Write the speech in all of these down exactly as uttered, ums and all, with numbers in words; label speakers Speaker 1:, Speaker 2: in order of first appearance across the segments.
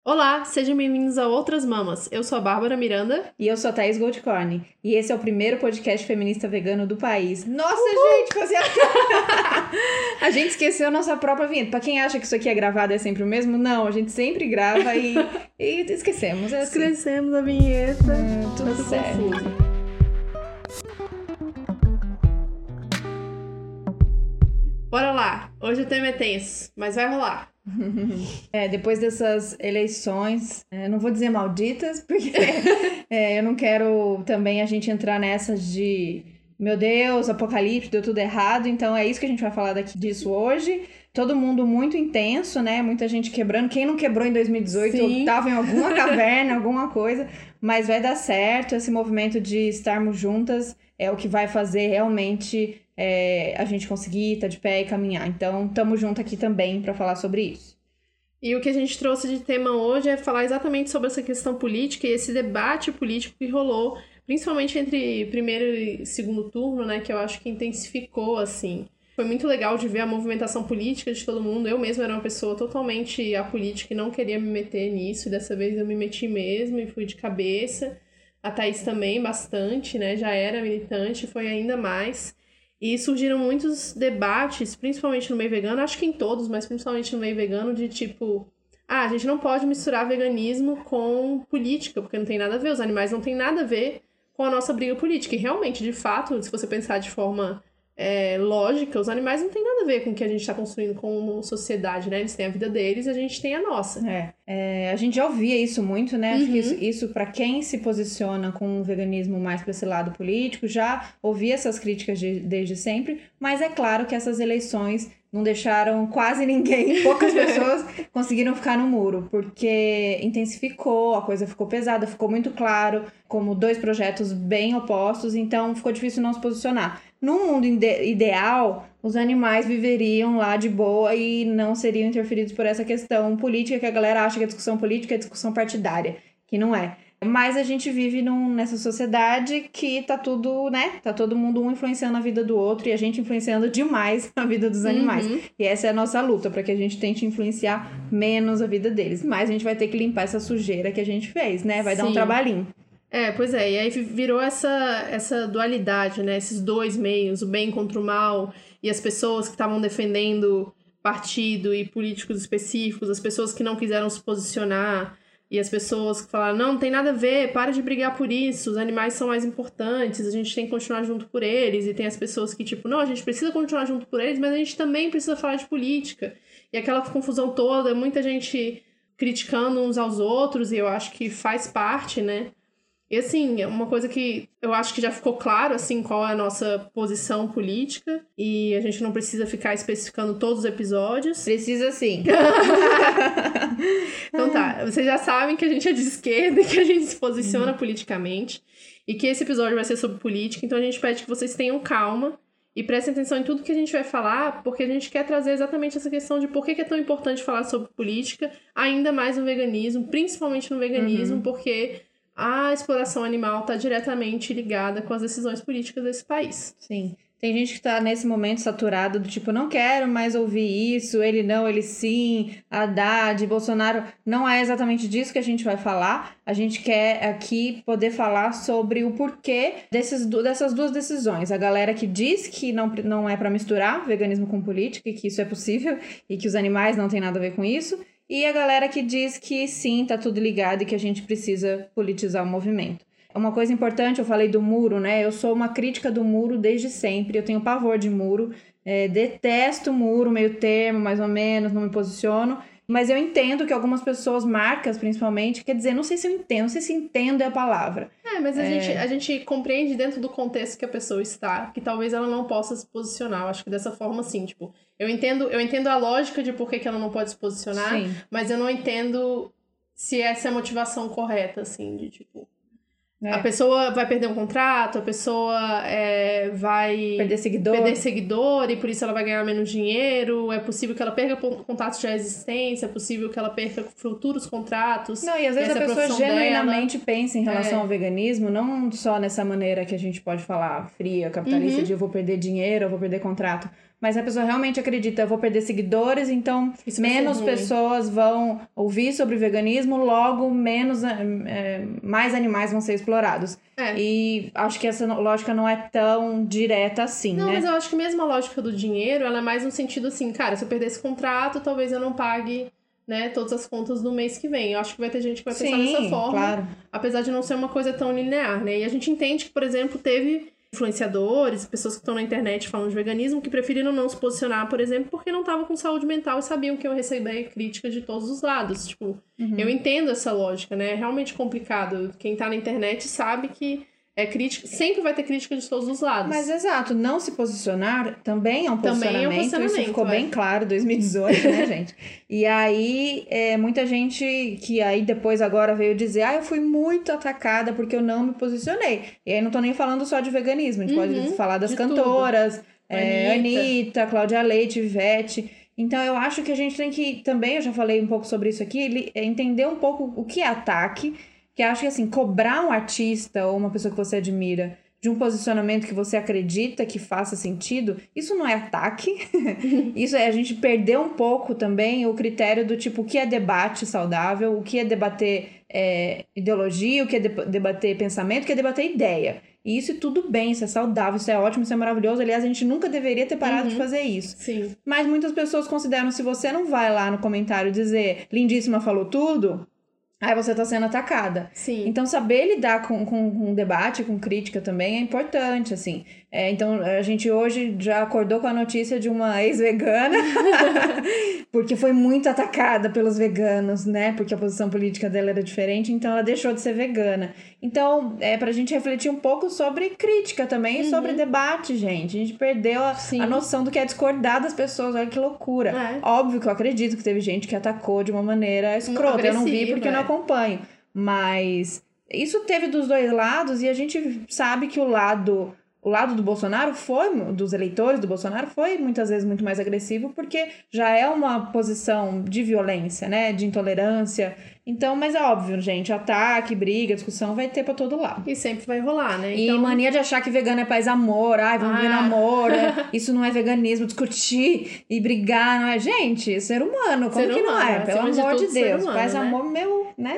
Speaker 1: Olá, sejam bem-vindos a Outras Mamas. Eu sou a Bárbara Miranda.
Speaker 2: E eu sou a Thaís Goldcorn. E esse é o primeiro podcast feminista vegano do país. Nossa, Uhul! gente, fazia... A gente esqueceu a nossa própria vinheta. Pra quem acha que isso aqui é gravado é sempre o mesmo, não. A gente sempre grava e, e esquecemos. É assim.
Speaker 1: Esquecemos a vinheta.
Speaker 2: Hum, tudo, tudo certo. Confuso.
Speaker 1: Bora lá. Hoje o tema é tenso, mas vai rolar.
Speaker 2: É, depois dessas eleições, é, não vou dizer malditas, porque é, eu não quero também a gente entrar nessas de meu Deus, apocalipse, deu tudo errado, então é isso que a gente vai falar daqui disso hoje. Todo mundo muito intenso, né? Muita gente quebrando. Quem não quebrou em dois mil e dezoito Sim. tava em alguma caverna, alguma coisa, mas vai dar certo. Esse movimento de estarmos juntas é o que vai fazer realmente é, a gente conseguir estar de pé e caminhar. Então, estamos juntos aqui também para falar sobre isso.
Speaker 1: E o que a gente trouxe de tema hoje é falar exatamente sobre essa questão política e esse debate político que rolou, principalmente entre primeiro e segundo turno, né? Que eu acho que intensificou, assim. Foi muito legal de ver a movimentação política de todo mundo. Eu mesma era uma pessoa totalmente apolítica e não queria me meter nisso. E dessa vez eu me meti mesmo e fui de cabeça. A Thaís também, bastante, né? Já era militante, foi ainda mais. E surgiram muitos debates, principalmente no meio vegano, acho que em todos, mas principalmente no meio vegano, de tipo... Ah, a gente não pode misturar veganismo com política, porque não tem nada a ver. Os animais não têm nada a ver com a nossa briga política. E realmente, de fato, se você pensar de forma... É, lógica, os animais não tem nada a ver com o que a gente está construindo como sociedade, né? Eles têm a vida deles e a gente tem a nossa.
Speaker 2: É, é a gente já ouvia isso muito, né? Uhum. Acho que isso, isso para quem se posiciona com o veganismo mais para esse lado político, já ouvia essas críticas de, desde sempre, mas é claro que essas eleições não deixaram quase ninguém, poucas pessoas conseguiram ficar no muro, porque intensificou, a coisa ficou pesada, ficou muito claro, como dois projetos bem opostos, então ficou difícil não se posicionar. No mundo ide- ideal, os animais viveriam lá de boa e não seriam interferidos por essa questão política, que a galera acha que a discussão política é discussão partidária, que não é. Mas a gente vive num, nessa sociedade que tá tudo, né? Tá todo mundo um influenciando a vida do outro e a gente influenciando demais a vida dos animais. Uhum. E essa é a nossa luta, para que a gente tente influenciar menos a vida deles. Mas a gente vai ter que limpar essa sujeira que a gente fez, né? Vai Sim. dar um trabalhinho.
Speaker 1: É, pois é. E aí virou essa, essa dualidade, né? Esses dois meios, o bem contra o mal e as pessoas que estavam defendendo partido e políticos específicos, as pessoas que não quiseram se posicionar... E as pessoas que falaram, não, não tem nada a ver, para de brigar por isso, os animais são mais importantes, a gente tem que continuar junto por eles. E tem as pessoas que, tipo, não, a gente precisa continuar junto por eles, mas a gente também precisa falar de política. E aquela confusão toda, muita gente criticando uns aos outros, e eu acho que faz parte, né? E, assim, é uma coisa que eu acho que já ficou claro, assim, qual é a nossa posição política. E a gente não precisa ficar especificando todos os episódios.
Speaker 2: Precisa sim.
Speaker 1: Então tá, vocês já sabem que a gente é de esquerda e que a gente se posiciona uhum. politicamente. E que esse episódio vai ser sobre política. Então a gente pede que vocês tenham calma e prestem atenção em tudo que a gente vai falar, porque a gente quer trazer exatamente essa questão de por que é tão importante falar sobre política, ainda mais no veganismo, principalmente no veganismo, uhum. porque... a exploração animal está diretamente ligada com as decisões políticas desse país.
Speaker 2: Sim. Tem gente que está nesse momento saturado do tipo, não quero mais ouvir isso, ele não, ele sim, Haddad, Bolsonaro. Não é exatamente disso que a gente vai falar. A gente quer aqui poder falar sobre o porquê desses, dessas duas decisões. A galera que diz que não, não é para misturar veganismo com política e que isso é possível e que os animais não têm nada a ver com isso. E a galera que diz que sim, tá tudo ligado e que a gente precisa politizar o movimento. Uma coisa importante, eu falei do muro, né? Eu sou uma crítica do muro desde sempre. Eu tenho pavor de muro. É, detesto muro, meio termo, mais ou menos, não me posiciono. Mas eu entendo que algumas pessoas, marcas principalmente, quer dizer, não sei se eu entendo, não sei se entendo é a palavra.
Speaker 1: É, mas a, é... Gente, a gente compreende dentro do contexto que a pessoa está, que talvez ela não possa se posicionar. Eu acho que dessa forma, assim, tipo... Eu entendo, eu entendo a lógica de por que, que ela não pode se posicionar, Sim. mas eu não entendo se essa é a motivação correta, assim, de tipo... É. A pessoa vai perder um contrato, a pessoa é, vai
Speaker 2: perder seguidor.
Speaker 1: perder seguidor e por isso ela vai ganhar menos dinheiro. É possível que ela perca contatos já existentes, é possível que ela perca futuros contratos.
Speaker 2: Não, e às vezes a pessoa genuinamente dela. pensa em relação é. ao veganismo, não só nessa maneira que a gente pode falar fria, capitalista, uhum. de eu vou perder dinheiro, eu vou perder contrato. mas a pessoa realmente acredita, eu vou perder seguidores, então
Speaker 1: Isso vai ser
Speaker 2: menos
Speaker 1: ruim.
Speaker 2: pessoas vão ouvir sobre veganismo, logo menos, é, mais animais vão ser explorados.
Speaker 1: É.
Speaker 2: E acho que essa lógica não é tão direta assim,
Speaker 1: Não,
Speaker 2: né?
Speaker 1: mas eu acho que mesmo a lógica do dinheiro, ela é mais no sentido assim, cara, se eu perder esse contrato, talvez eu não pague, né, todas as contas do mês que vem. Eu acho que vai ter gente que vai pensar
Speaker 2: Sim,
Speaker 1: dessa forma,
Speaker 2: claro.
Speaker 1: apesar de não ser uma coisa tão linear, né? E a gente entende que, por exemplo, teve influenciadores, pessoas que estão na internet falando de veganismo, que preferiram não se posicionar, por exemplo, porque não estavam com saúde mental e sabiam que iam receber críticas de todos os lados. Tipo, uhum. eu entendo essa lógica, né? É realmente complicado. Quem tá na internet sabe que é crítica, sempre vai ter crítica de todos os lados.
Speaker 2: Mas exato, não se posicionar também é um posicionamento,
Speaker 1: também é um posicionamento
Speaker 2: isso ficou
Speaker 1: é.
Speaker 2: bem claro em dois mil e dezoito, né, gente? E aí, é, muita gente que aí depois agora veio dizer, ah, eu fui muito atacada porque eu não me posicionei. E aí não tô nem falando só de veganismo, a gente uhum, pode falar das cantoras, é, Anitta. Anitta, Cláudia Leite, Ivete. Então eu acho que a gente tem que, também, eu já falei um pouco sobre isso aqui, entender um pouco o que é ataque. Que acho que, assim, cobrar um artista ou uma pessoa que você admira de um posicionamento que você acredita que faça sentido, isso não é ataque. Isso é a gente perder um pouco também o critério do tipo, o que é debate saudável, o que é debater é, ideologia, o que é de- debater pensamento, o que é debater ideia. E isso é tudo bem, isso é saudável, isso é ótimo, isso é maravilhoso. Aliás, a gente nunca deveria ter parado uhum. de fazer isso.
Speaker 1: Sim.
Speaker 2: Mas muitas pessoas consideram, se você não vai lá no comentário dizer lindíssima, falou tudo... Aí você tá sendo atacada.
Speaker 1: Sim.
Speaker 2: Então, saber lidar com, com, com debate, com crítica também é importante, assim. É, então, a gente hoje já acordou com a notícia de uma ex-vegana, porque foi muito atacada pelos veganos, né? Porque a posição política dela era diferente, então ela deixou de ser vegana. Então, é pra gente refletir um pouco sobre crítica também e uhum. sobre debate, gente. A gente perdeu a, a noção do que é discordar das pessoas, olha que loucura. É. Óbvio que eu acredito que teve gente que atacou de uma maneira escrota, eu não vi porque é. não acompanho. Mas isso teve dos dois lados e a gente sabe que o lado... O lado do Bolsonaro foi, dos eleitores do Bolsonaro, foi muitas vezes muito mais agressivo, porque já é uma posição de violência, né? De intolerância. Então, mas é óbvio, gente, ataque, briga, discussão vai ter pra todo lado.
Speaker 1: E sempre vai rolar, né?
Speaker 2: Então... E mania de achar que vegano é paz amor, ai, vamos ah. ver namoro, né? Isso não é veganismo, discutir e brigar, não é? Gente, ser humano, como ser que humano, não é? Pelo amor de, de Deus, humano, paz né? amor meu, né?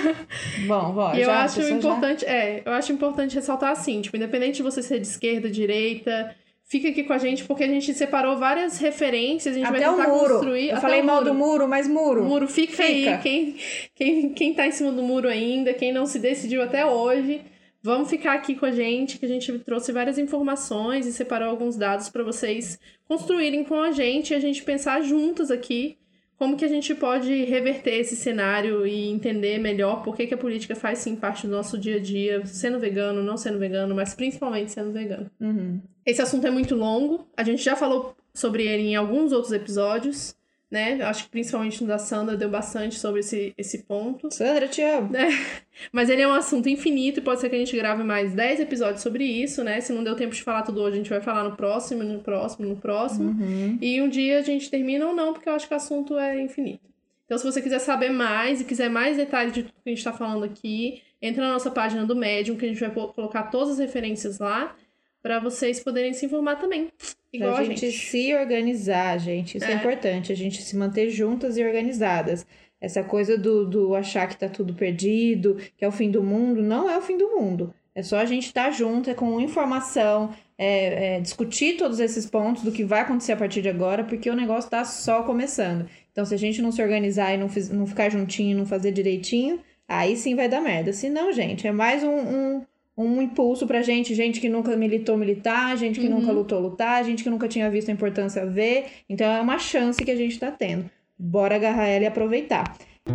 Speaker 2: Bom, bom,
Speaker 1: e eu
Speaker 2: já,
Speaker 1: acho importante, já... é, eu acho importante ressaltar assim, tipo, independente de você ser de esquerda, direita, fica aqui com a gente, porque a gente separou várias referências, a gente
Speaker 2: até
Speaker 1: vai tentar
Speaker 2: o muro.
Speaker 1: construir...
Speaker 2: Eu
Speaker 1: até
Speaker 2: falei
Speaker 1: o
Speaker 2: mal
Speaker 1: muro.
Speaker 2: do muro, mas muro.
Speaker 1: O muro fica, fica aí, quem, quem, quem tá em cima do muro ainda, quem não se decidiu até hoje, vamos ficar aqui com a gente, que a gente trouxe várias informações e separou alguns dados para vocês construírem com a gente e a gente pensar juntos aqui como que a gente pode reverter esse cenário e entender melhor por que, que a política faz, sim, parte do nosso dia a dia, sendo vegano, não sendo vegano, mas principalmente sendo vegano.
Speaker 2: Uhum.
Speaker 1: Esse assunto é muito longo, a gente já falou sobre ele em alguns outros episódios, né? Acho que principalmente no da Sandra deu bastante sobre esse, esse ponto.
Speaker 2: Sandra, te amo.
Speaker 1: Né? Mas ele é um assunto infinito e pode ser que a gente grave mais dez episódios sobre isso, né? Se não deu tempo de falar tudo hoje, a gente vai falar no próximo, no próximo, no próximo.
Speaker 2: Uhum.
Speaker 1: E um dia a gente termina ou não, porque eu acho que o assunto é infinito. Então, se você quiser saber mais e quiser mais detalhes de tudo que a gente tá falando aqui, entra na nossa página do Medium, que a gente vai colocar todas as referências lá, para vocês poderem se informar também. Igual
Speaker 2: pra
Speaker 1: a
Speaker 2: gente,
Speaker 1: gente
Speaker 2: se organizar, gente. Isso é. é importante, a gente se manter juntas e organizadas. Essa coisa do, do achar que tá tudo perdido, que é o fim do mundo, não é o fim do mundo. É só a gente estar tá junto, é com informação, é, é, discutir todos esses pontos do que vai acontecer a partir de agora, porque o negócio tá só começando. Então, se a gente não se organizar e não, fiz, não ficar juntinho, não fazer direitinho, aí sim vai dar merda. Se não, gente, é mais um... um um impulso pra gente, gente que nunca militou militar, gente que uhum. nunca lutou lutar, gente que nunca tinha visto a importância ver. Então é uma chance que a gente tá tendo. Bora agarrar ela e aproveitar.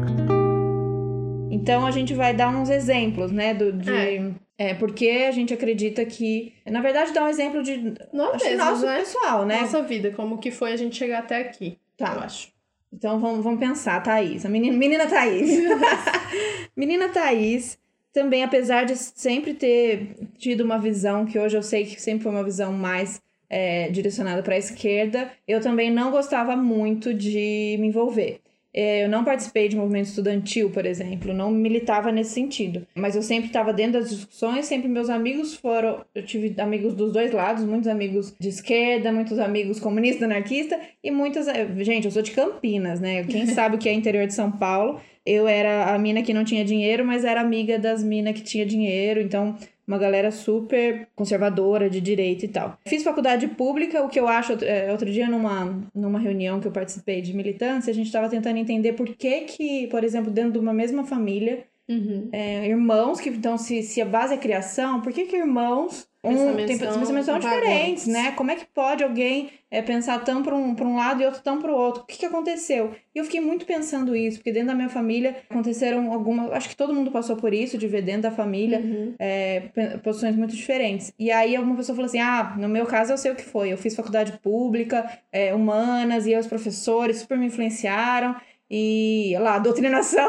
Speaker 2: Então a gente vai dar uns exemplos, né, do, de... É. É, porque a gente acredita que... Na verdade, dá um exemplo de...
Speaker 1: Nós mesmos,
Speaker 2: nosso
Speaker 1: né?
Speaker 2: pessoal, né?
Speaker 1: Nossa vida, como que foi a gente chegar até aqui,
Speaker 2: tá.
Speaker 1: eu acho.
Speaker 2: Então vamos, vamos pensar, Thaís. A menina, menina Thaís. Menina Thaís... Também, apesar de sempre ter tido uma visão, que hoje eu sei que sempre foi uma visão mais é, direcionada para a esquerda, eu também não gostava muito de me envolver. Eu não participei de movimento estudantil, por exemplo, não militava nesse sentido. Mas eu sempre estava dentro das discussões, sempre meus amigos foram... Eu tive amigos dos dois lados, muitos amigos de esquerda, muitos amigos comunistas, anarquistas, e muitas... Gente, eu sou de Campinas, né? Quem sabe o que é interior de São Paulo? Eu era a mina que não tinha dinheiro, mas era amiga das minas que tinha dinheiro, então... Uma galera super conservadora, de direito e tal. Fiz faculdade pública, o que eu acho... É, outro dia, numa, numa reunião que eu participei de militância, a gente estava tentando entender por que que, por exemplo, dentro de uma mesma família, uhum. é, irmãos que... Então, se, se a base é criação, por que que irmãos... Um, tem pensamentos tão diferentes, né? Como é que pode alguém é, pensar tão para um, um lado e outro tão para o outro? O que, que aconteceu? E eu fiquei muito pensando isso, porque dentro da minha família aconteceram algumas... Acho que todo mundo passou por isso, de ver dentro da família uhum. é, posições muito diferentes. E aí uma pessoa falou assim, ah, no meu caso eu sei o que foi. Eu fiz faculdade pública, é, humanas, e aí os professores super me influenciaram. E, olha lá, doutrinação.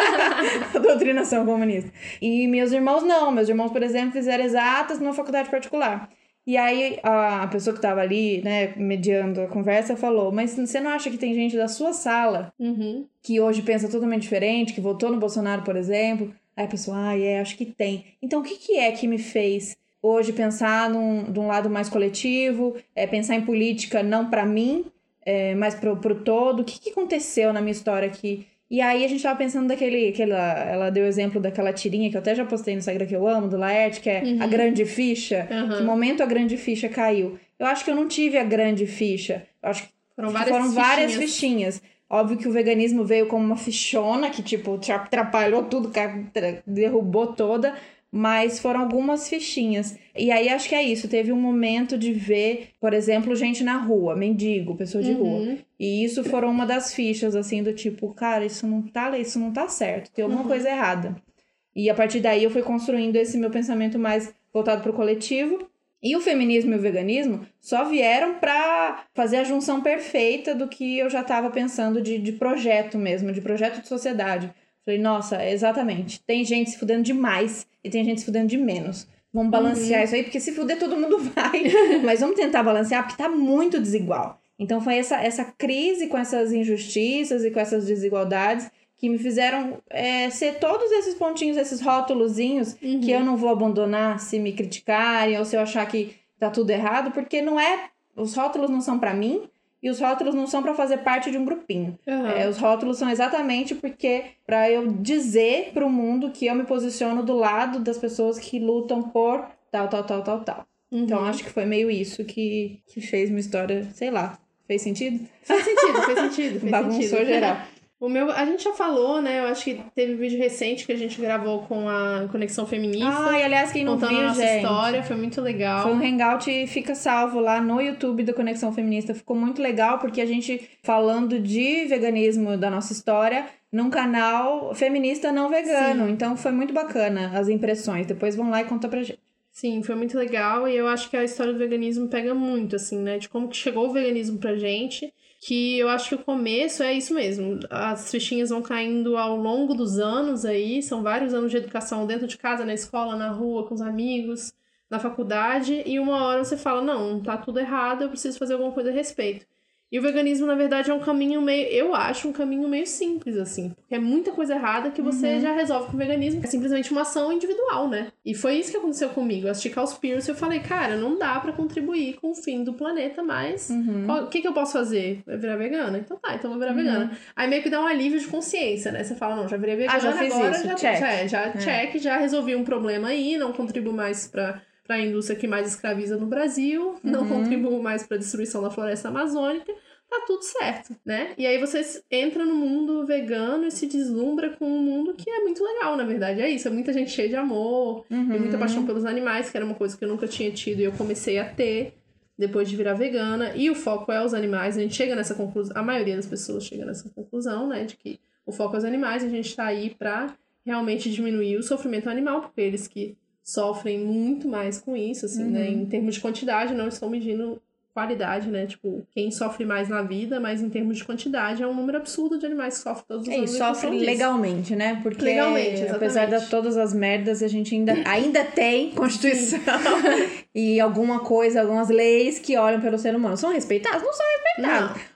Speaker 2: doutrinação comunista. E meus irmãos não. Meus irmãos, por exemplo, fizeram exatas numa faculdade particular. E aí, a pessoa que estava ali, né, mediando a conversa, falou, mas você não acha que tem gente da sua sala uhum. que hoje pensa totalmente diferente, que votou no Bolsonaro, por exemplo? Aí a pessoa, ah, é, acho que tem. Então, o que, que é que me fez hoje pensar num, de um lado mais coletivo, é, pensar em política não para mim, É, mas pro, pro todo, o que, que aconteceu na minha história aqui? E aí a gente tava pensando daquele, aquela, ela deu o exemplo daquela tirinha que eu até já postei no Instagram que eu amo, do Laerte, que é uhum. a grande ficha. Uhum. Que momento a grande ficha caiu? Eu acho que eu não tive a grande ficha. Eu acho que foram várias, foram várias fichinhas. Óbvio que o veganismo veio como uma fichona que, tipo, atrapalhou tudo, derrubou toda. Mas foram algumas fichinhas. E aí, acho que é isso. Teve um momento de ver, por exemplo, gente na rua. Mendigo, pessoa de uhum. rua. E isso foram uma das fichas, assim, do tipo... Cara, isso não tá, isso não tá certo. Tem alguma uhum. coisa errada. E a partir daí, eu fui construindo esse meu pensamento mais voltado pro coletivo. E o feminismo e o veganismo só vieram pra fazer a junção perfeita do que eu já tava pensando de, de projeto mesmo. De projeto de sociedade. Falei, nossa, exatamente. Tem gente se fudendo demais e tem gente se fudendo de menos. Vamos balancear uhum. isso aí, porque se fuder todo mundo vai. Mas vamos tentar balancear, porque tá muito desigual. Então foi essa, essa crise com essas injustiças e com essas desigualdades que me fizeram é, ser todos esses pontinhos, esses rótulozinhos uhum. que eu não vou abandonar se me criticarem ou se eu achar que tá tudo errado, porque não é... Os rótulos não são pra mim. E os rótulos não são para fazer parte de um grupinho. Uhum. É, os rótulos são exatamente porque para eu dizer para o mundo que eu me posiciono do lado das pessoas que lutam por tal, tal, tal, tal, tal. Uhum. Então, acho que foi meio isso que, que fez minha história, sei lá. Fez sentido?
Speaker 1: Fez sentido, fez sentido. Fez
Speaker 2: Bagunçou
Speaker 1: sentido.
Speaker 2: geral.
Speaker 1: O meu, a gente já falou, né? Eu acho que teve um vídeo recente que a gente gravou com a Conexão Feminista.
Speaker 2: Ah, e aliás, quem não viu,
Speaker 1: a nossa
Speaker 2: gente,
Speaker 1: história, foi muito legal.
Speaker 2: Foi um hangout e fica salvo lá no YouTube da Conexão Feminista. Ficou muito legal porque a gente falando de veganismo da nossa história num canal feminista não vegano. Sim. Então foi muito bacana as impressões. Depois vão lá e conta pra gente.
Speaker 1: Sim, foi muito legal e eu acho que a história do veganismo pega muito, assim, né? De como que chegou o veganismo pra gente. Que eu acho que o começo é isso mesmo. As fichinhas vão caindo ao longo dos anos aí. São vários anos de educação dentro de casa, na escola, na rua, com os amigos, na faculdade. E uma hora você fala, não, tá tudo errado, eu preciso fazer alguma coisa a respeito. E o veganismo, na verdade, é um caminho meio... Eu acho um caminho meio simples, assim. Porque é muita coisa errada que você uhum. já resolve com o veganismo. É simplesmente uma ação individual, né? E foi isso que aconteceu comigo. Eu assisti Cowspiracy e eu falei, cara, não dá pra contribuir com o fim do planeta, mas... Uhum. O que que eu posso fazer? Vai virar vegana? Então tá, então vou virar uhum. vegana. Aí meio que dá um alívio de consciência, né? Você fala, não, já virei vegana,
Speaker 2: ah, já fiz
Speaker 1: agora
Speaker 2: isso.
Speaker 1: já...
Speaker 2: Check.
Speaker 1: Já, já é. check, já resolvi um problema aí, não contribuo mais pra... pra indústria que mais escraviza no Brasil, uhum. não contribuo mais pra destruição da floresta amazônica, tá tudo certo, né? E aí você entra no mundo vegano e se deslumbra com um mundo que é muito legal, na verdade. É isso, é muita gente cheia de amor, uhum. e muita paixão pelos animais, que era uma coisa que eu nunca tinha tido e eu comecei a ter depois de virar vegana. E o foco é os animais, a gente chega nessa conclusão, a maioria das pessoas chega nessa conclusão, né? De que o foco é os animais, a gente tá aí pra realmente diminuir o sofrimento animal, porque eles que sofrem muito mais com isso, assim, uhum. né? Em termos de quantidade, não estou medindo qualidade, né? Tipo, quem sofre mais na vida, mas em termos de quantidade é um número absurdo de animais que sofrem todos os
Speaker 2: é,
Speaker 1: anos.
Speaker 2: E sofre legalmente, né? Porque
Speaker 1: legalmente, exatamente.
Speaker 2: Apesar de todas as merdas, a gente ainda, ainda tem Constituição e alguma coisa, algumas leis que olham pelo ser humano. São respeitadas? Não são respeitadas. Não.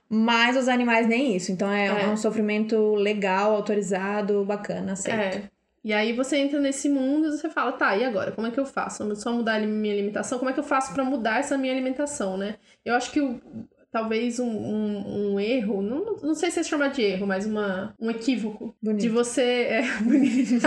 Speaker 2: mas os animais nem isso. Então é,
Speaker 1: É.
Speaker 2: é um sofrimento legal, autorizado, bacana, aceito.
Speaker 1: É. E aí você entra nesse mundo e você fala, tá, e agora? Como é que eu faço? Eu só mudar a minha alimentação? Como é que eu faço pra mudar essa minha alimentação, né? Eu acho que o, talvez um, um, um erro, não, não sei se é chamar de erro, mas uma, um equívoco
Speaker 2: Bonito.
Speaker 1: de você... É, bonito.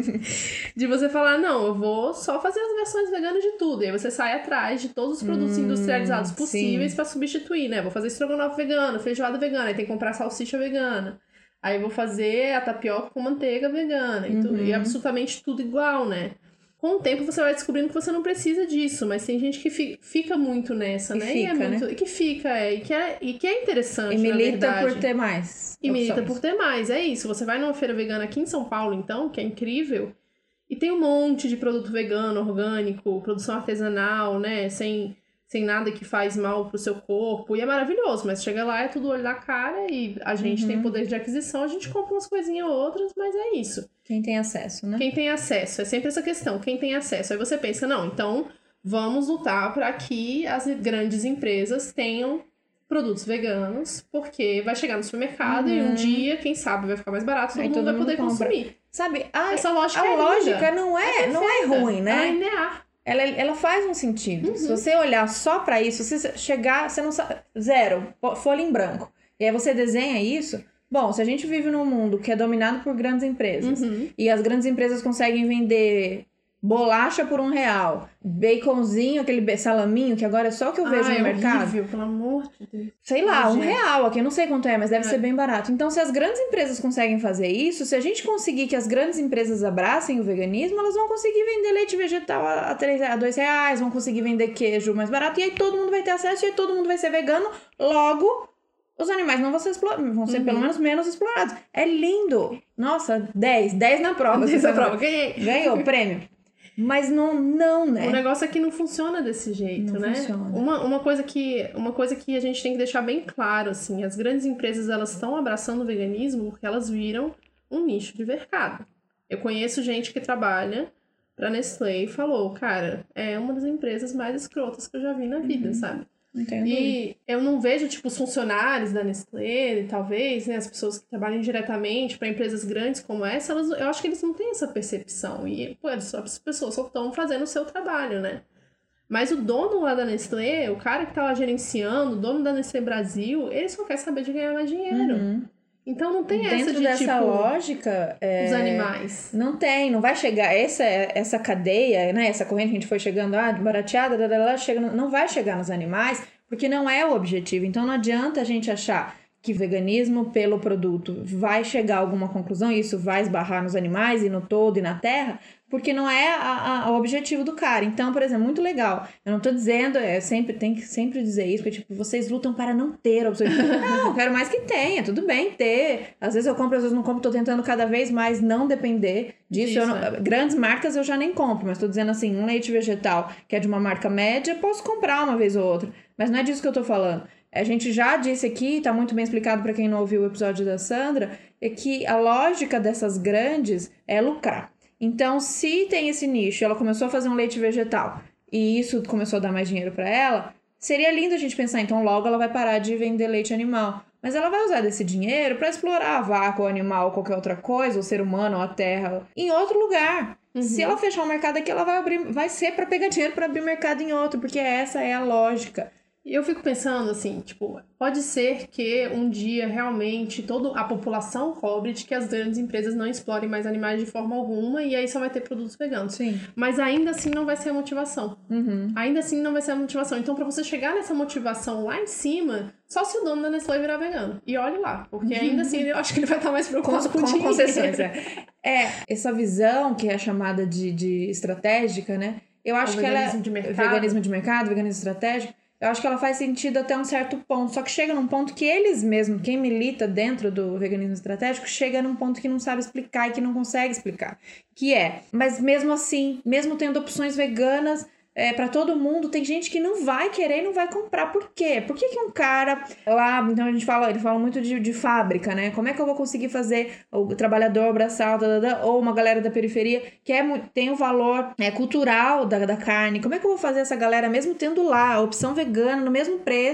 Speaker 1: De você falar, não, eu vou só fazer as versões veganas de tudo. E aí você sai atrás de todos os produtos
Speaker 2: Hum,
Speaker 1: industrializados possíveis
Speaker 2: sim.
Speaker 1: pra substituir, né? Vou fazer estrogonofe vegano, feijoada vegana, aí tem que comprar salsicha vegana. Aí eu vou fazer a tapioca com manteiga vegana. E, tudo,
Speaker 2: Uhum.
Speaker 1: e absolutamente tudo igual, né? Com o tempo você vai descobrindo que você não precisa disso. Mas tem gente que fi, fica muito nessa,
Speaker 2: E
Speaker 1: né?
Speaker 2: fica,
Speaker 1: e, é muito,
Speaker 2: né?
Speaker 1: e que fica, é. E que é, e que é interessante,
Speaker 2: E milita
Speaker 1: na verdade.
Speaker 2: por ter mais
Speaker 1: E milita
Speaker 2: opções.
Speaker 1: por ter mais, é isso. Você vai numa feira vegana aqui em São Paulo, então, que é incrível. E tem um monte de produto vegano, orgânico, produção artesanal, né? Sem... sem nada que faz mal pro seu corpo, e é maravilhoso, mas chega lá, é tudo olho na cara, e a gente
Speaker 2: Uhum.
Speaker 1: tem poder de aquisição, a gente compra umas coisinhas ou outras, mas é isso.
Speaker 2: Quem tem acesso, né?
Speaker 1: Quem tem acesso, é sempre essa questão, quem tem acesso. Aí você pensa, não, então vamos lutar para que as grandes empresas tenham produtos veganos, porque vai chegar no supermercado
Speaker 2: Uhum.
Speaker 1: e um dia, quem sabe, vai ficar mais barato, todo
Speaker 2: Aí
Speaker 1: mundo
Speaker 2: todo
Speaker 1: vai
Speaker 2: mundo
Speaker 1: poder
Speaker 2: compra.
Speaker 1: consumir.
Speaker 2: Sabe, a,
Speaker 1: Essa lógica
Speaker 2: a
Speaker 1: é
Speaker 2: lógica
Speaker 1: linda.
Speaker 2: não é,
Speaker 1: É
Speaker 2: não é
Speaker 1: perfeita.
Speaker 2: ruim, né?
Speaker 1: É linear.
Speaker 2: Ela, ela faz um sentido.
Speaker 1: Uhum.
Speaker 2: Se você olhar só pra isso, se você chegar, você não sabe. Zero, folha em branco. E aí você desenha isso. Bom, se a gente vive num mundo que é dominado por grandes empresas
Speaker 1: Uhum.
Speaker 2: e as grandes empresas conseguem vender bolacha por um real, baconzinho, aquele be- salaminho, que agora é só o que eu vejo
Speaker 1: ah,
Speaker 2: no
Speaker 1: é
Speaker 2: mercado.
Speaker 1: horrível, pelo amor de Deus.
Speaker 2: Sei lá, um
Speaker 1: Gente.
Speaker 2: real aqui, eu não sei quanto é, mas deve
Speaker 1: É.
Speaker 2: ser bem barato. Então, se as grandes empresas conseguem fazer isso, se a gente conseguir que as grandes empresas abracem o veganismo, elas vão conseguir vender leite vegetal a, a, três, a dois reais, vão conseguir vender queijo mais barato, e aí todo mundo vai ter acesso, e aí todo mundo vai ser vegano, logo os animais não vão ser, explo- vão ser
Speaker 1: Uhum.
Speaker 2: pelo menos menos explorados. É lindo! Nossa, dez, dez na prova.
Speaker 1: Essa
Speaker 2: Você
Speaker 1: prova, ganhei.
Speaker 2: ganhou o prêmio. Mas não, não, né?
Speaker 1: O negócio é que não funciona desse jeito,
Speaker 2: Não
Speaker 1: né?
Speaker 2: funciona.
Speaker 1: Uma, uma, coisa que, uma coisa que a gente tem que deixar bem claro, assim, as grandes empresas, elas estão abraçando o veganismo porque elas viram um nicho de mercado. Eu conheço gente que trabalha pra Nestlé e falou, cara, é uma das empresas mais escrotas que eu já vi na vida,
Speaker 2: Uhum.
Speaker 1: sabe?
Speaker 2: Não tenho dúvida.
Speaker 1: E eu não vejo, tipo, os funcionários da Nestlé, talvez, né, as pessoas que trabalham diretamente para empresas grandes como essa, elas, eu acho que eles não têm essa percepção. E, pô, eles- as pessoas só estão fazendo o seu trabalho, né? Mas o dono lá da Nestlé, o cara que tá lá gerenciando, o dono da Nestlé Brasil, ele só quer saber de ganhar mais dinheiro.
Speaker 2: Uhum.
Speaker 1: Então não tem essa
Speaker 2: Dentro
Speaker 1: de,
Speaker 2: dessa
Speaker 1: tipo,
Speaker 2: lógica, é,
Speaker 1: os animais.
Speaker 2: não tem, não vai chegar essa essa cadeia, né, essa corrente que a gente foi chegando, ah, barateada, dadadá, chega, não vai chegar nos animais, porque não é o objetivo. Então não adianta a gente achar que veganismo pelo produto vai chegar a alguma conclusão, e isso vai esbarrar nos animais e no todo e na terra, porque não é a, a, o objetivo do cara. Então, por exemplo, muito legal. Eu não tô dizendo, é, sempre, tem que sempre dizer isso, porque tipo, vocês lutam para não ter opções. Não, eu quero mais que tenha, tudo bem ter. Às vezes eu compro, às vezes não compro, tô tentando cada vez mais não depender disso.
Speaker 1: Disso,
Speaker 2: Eu não-
Speaker 1: é.
Speaker 2: Grandes marcas eu já nem compro, mas tô dizendo assim, um leite vegetal que é de uma marca média, posso comprar uma vez ou outra. Mas não é disso que eu tô falando. A gente já disse aqui, tá muito bem explicado para quem não ouviu o episódio da Sandra, é que a lógica dessas grandes é lucrar. Então, se tem esse nicho, ela começou a fazer um leite vegetal e isso começou a dar mais dinheiro para ela, seria lindo a gente pensar, então logo ela vai parar de vender leite animal. Mas ela vai usar desse dinheiro para explorar a vaca, o animal, ou qualquer outra coisa, o ser humano, ou a terra, em outro lugar.
Speaker 1: Uhum.
Speaker 2: Se ela fechar um mercado aqui, ela vai abrir, vai ser para pegar dinheiro para abrir mercado em outro, porque essa é a lógica.
Speaker 1: E eu fico pensando assim, tipo, pode ser que um dia realmente toda a população cobre de que as grandes empresas não explorem mais animais de forma alguma e aí só vai ter produtos veganos.
Speaker 2: Sim.
Speaker 1: Mas ainda assim não vai ser a motivação.
Speaker 2: Uhum.
Speaker 1: Ainda assim não vai ser a motivação. Então, pra você chegar nessa motivação lá em cima, só se o dono da Nestlé virar vegano. E olhe lá, porque ainda assim eu acho que ele vai estar mais preocupado com,
Speaker 2: com,
Speaker 1: com
Speaker 2: com
Speaker 1: dinheiro.
Speaker 2: concessões, é. É, essa visão que é chamada de, de estratégica, né? Eu acho
Speaker 1: O
Speaker 2: que ela
Speaker 1: veganismo de mercado.
Speaker 2: veganismo de mercado, veganismo estratégico. Eu acho que ela faz sentido até um certo ponto. Só que chega num ponto que eles mesmos, quem milita dentro do veganismo estratégico, chega num ponto que não sabe explicar e que não consegue explicar. Que é, mas mesmo assim, mesmo tendo opções veganas é, para todo mundo, tem gente que não vai querer e não vai comprar. Por quê? Por que, que um cara lá, então a gente fala, ele fala muito de, de fábrica, né? Como é que eu vou conseguir fazer o trabalhador braçal, dadada, ou uma galera da periferia que é, tem o valor é, cultural da, da carne? Como é que eu vou fazer essa galera, mesmo tendo lá a opção vegana no mesmo preço,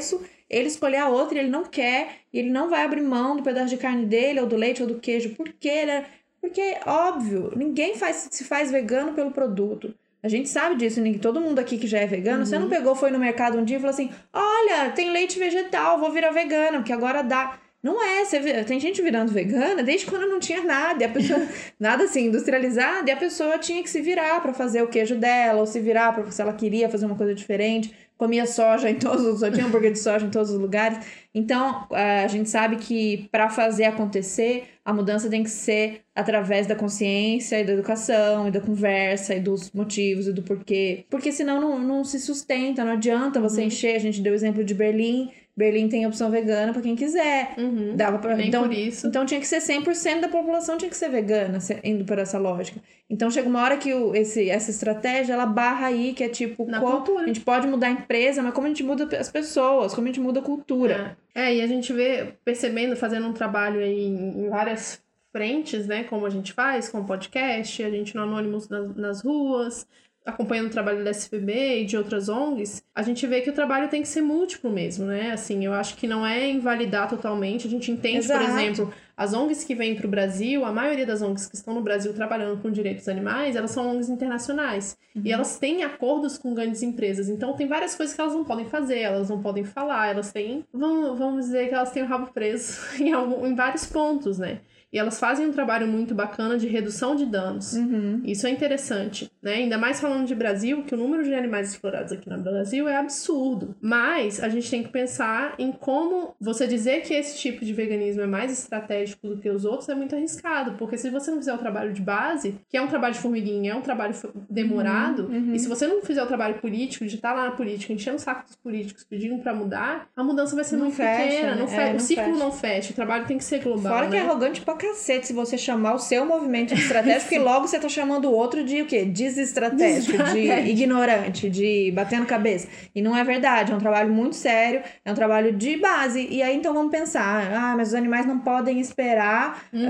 Speaker 2: ele escolher a outra e ele não quer, e ele não vai abrir mão do pedaço de carne dele, ou do leite, ou do queijo, porque ele é... Porque, óbvio, ninguém faz, se faz vegano pelo produto. A gente sabe disso, todo mundo aqui que já é vegano, uhum. Você não pegou, foi no mercado um dia e falou assim, olha, tem leite vegetal, vou virar vegana, porque agora dá. Não é, você vê, tem gente virando vegana desde quando não tinha nada, e a pessoa, nada assim, industrializado, e a pessoa tinha que se virar para fazer o queijo dela, ou se virar para se ela queria fazer uma coisa diferente, comia soja em todos os, só tinha hambúrguer de soja em todos os lugares. Então, a gente sabe que para fazer acontecer, a mudança tem que ser através da consciência e da educação, e da conversa, e dos motivos, e do porquê. Porque senão não, não se sustenta, não adianta você uhum. encher, a gente deu o exemplo de Berlim, Berlim tem opção vegana pra quem quiser.
Speaker 1: Uhum.
Speaker 2: Dava pra...
Speaker 1: Nem
Speaker 2: então,
Speaker 1: por isso.
Speaker 2: Então tinha que ser cem por cento da população tinha que ser vegana, indo por essa lógica. Então chega uma hora que o, esse, essa estratégia, ela barra aí, que é tipo...
Speaker 1: Na
Speaker 2: como,
Speaker 1: cultura.
Speaker 2: A gente pode mudar a empresa, mas como a gente muda as pessoas, como a gente muda a cultura.
Speaker 1: É, é e a gente vê, percebendo, fazendo um trabalho aí em, em várias frentes, né? Como a gente faz, com o podcast, a gente no Anonymous nas, nas ruas... acompanhando o trabalho da S P B e de outras O N Gs, a gente vê que o trabalho tem que ser múltiplo mesmo, né? Assim, eu acho que não é invalidar totalmente. A gente entende, Exato. Por exemplo, as O N Gs que vêm para o Brasil, a maioria das O N Gs que estão no Brasil trabalhando com direitos animais, elas são O N Gs internacionais. Uhum. E elas têm acordos com grandes empresas. Então, tem várias coisas que elas não podem fazer, elas não podem falar, elas têm... Vamos, vamos dizer que elas têm o rabo preso em, algum, em vários pontos, né? E elas fazem um trabalho muito bacana de redução de danos.
Speaker 2: Uhum.
Speaker 1: Isso é interessante, né? Ainda mais falando de Brasil, que o número de animais explorados aqui no Brasil é absurdo. Mas a gente tem que pensar em como você dizer que esse tipo de veganismo é mais estratégico do que os outros é muito arriscado. Porque se você não fizer o trabalho de base, que é um trabalho de formiguinha, é um trabalho demorado,
Speaker 2: uhum. Uhum.
Speaker 1: e se você não fizer o trabalho político, de estar lá na política, enchendo o saco dos políticos, pedindo pra mudar, a mudança vai ser
Speaker 2: não
Speaker 1: muito
Speaker 2: fecha,
Speaker 1: pequena.
Speaker 2: né?
Speaker 1: Não fe...
Speaker 2: é,
Speaker 1: o
Speaker 2: não
Speaker 1: ciclo
Speaker 2: fecha.
Speaker 1: não fecha, o trabalho tem que ser global.
Speaker 2: Fora
Speaker 1: né?
Speaker 2: que é arrogante pra cacete se você chamar o seu movimento de estratégico, porque logo você tá chamando o outro de o quê? Desestratégico,
Speaker 1: Desestratégico.
Speaker 2: de ignorante, de batendo cabeça. E não é verdade, é um trabalho muito sério, é um trabalho de base. E aí então vamos pensar, ah, mas os animais não podem esperar
Speaker 1: uhum.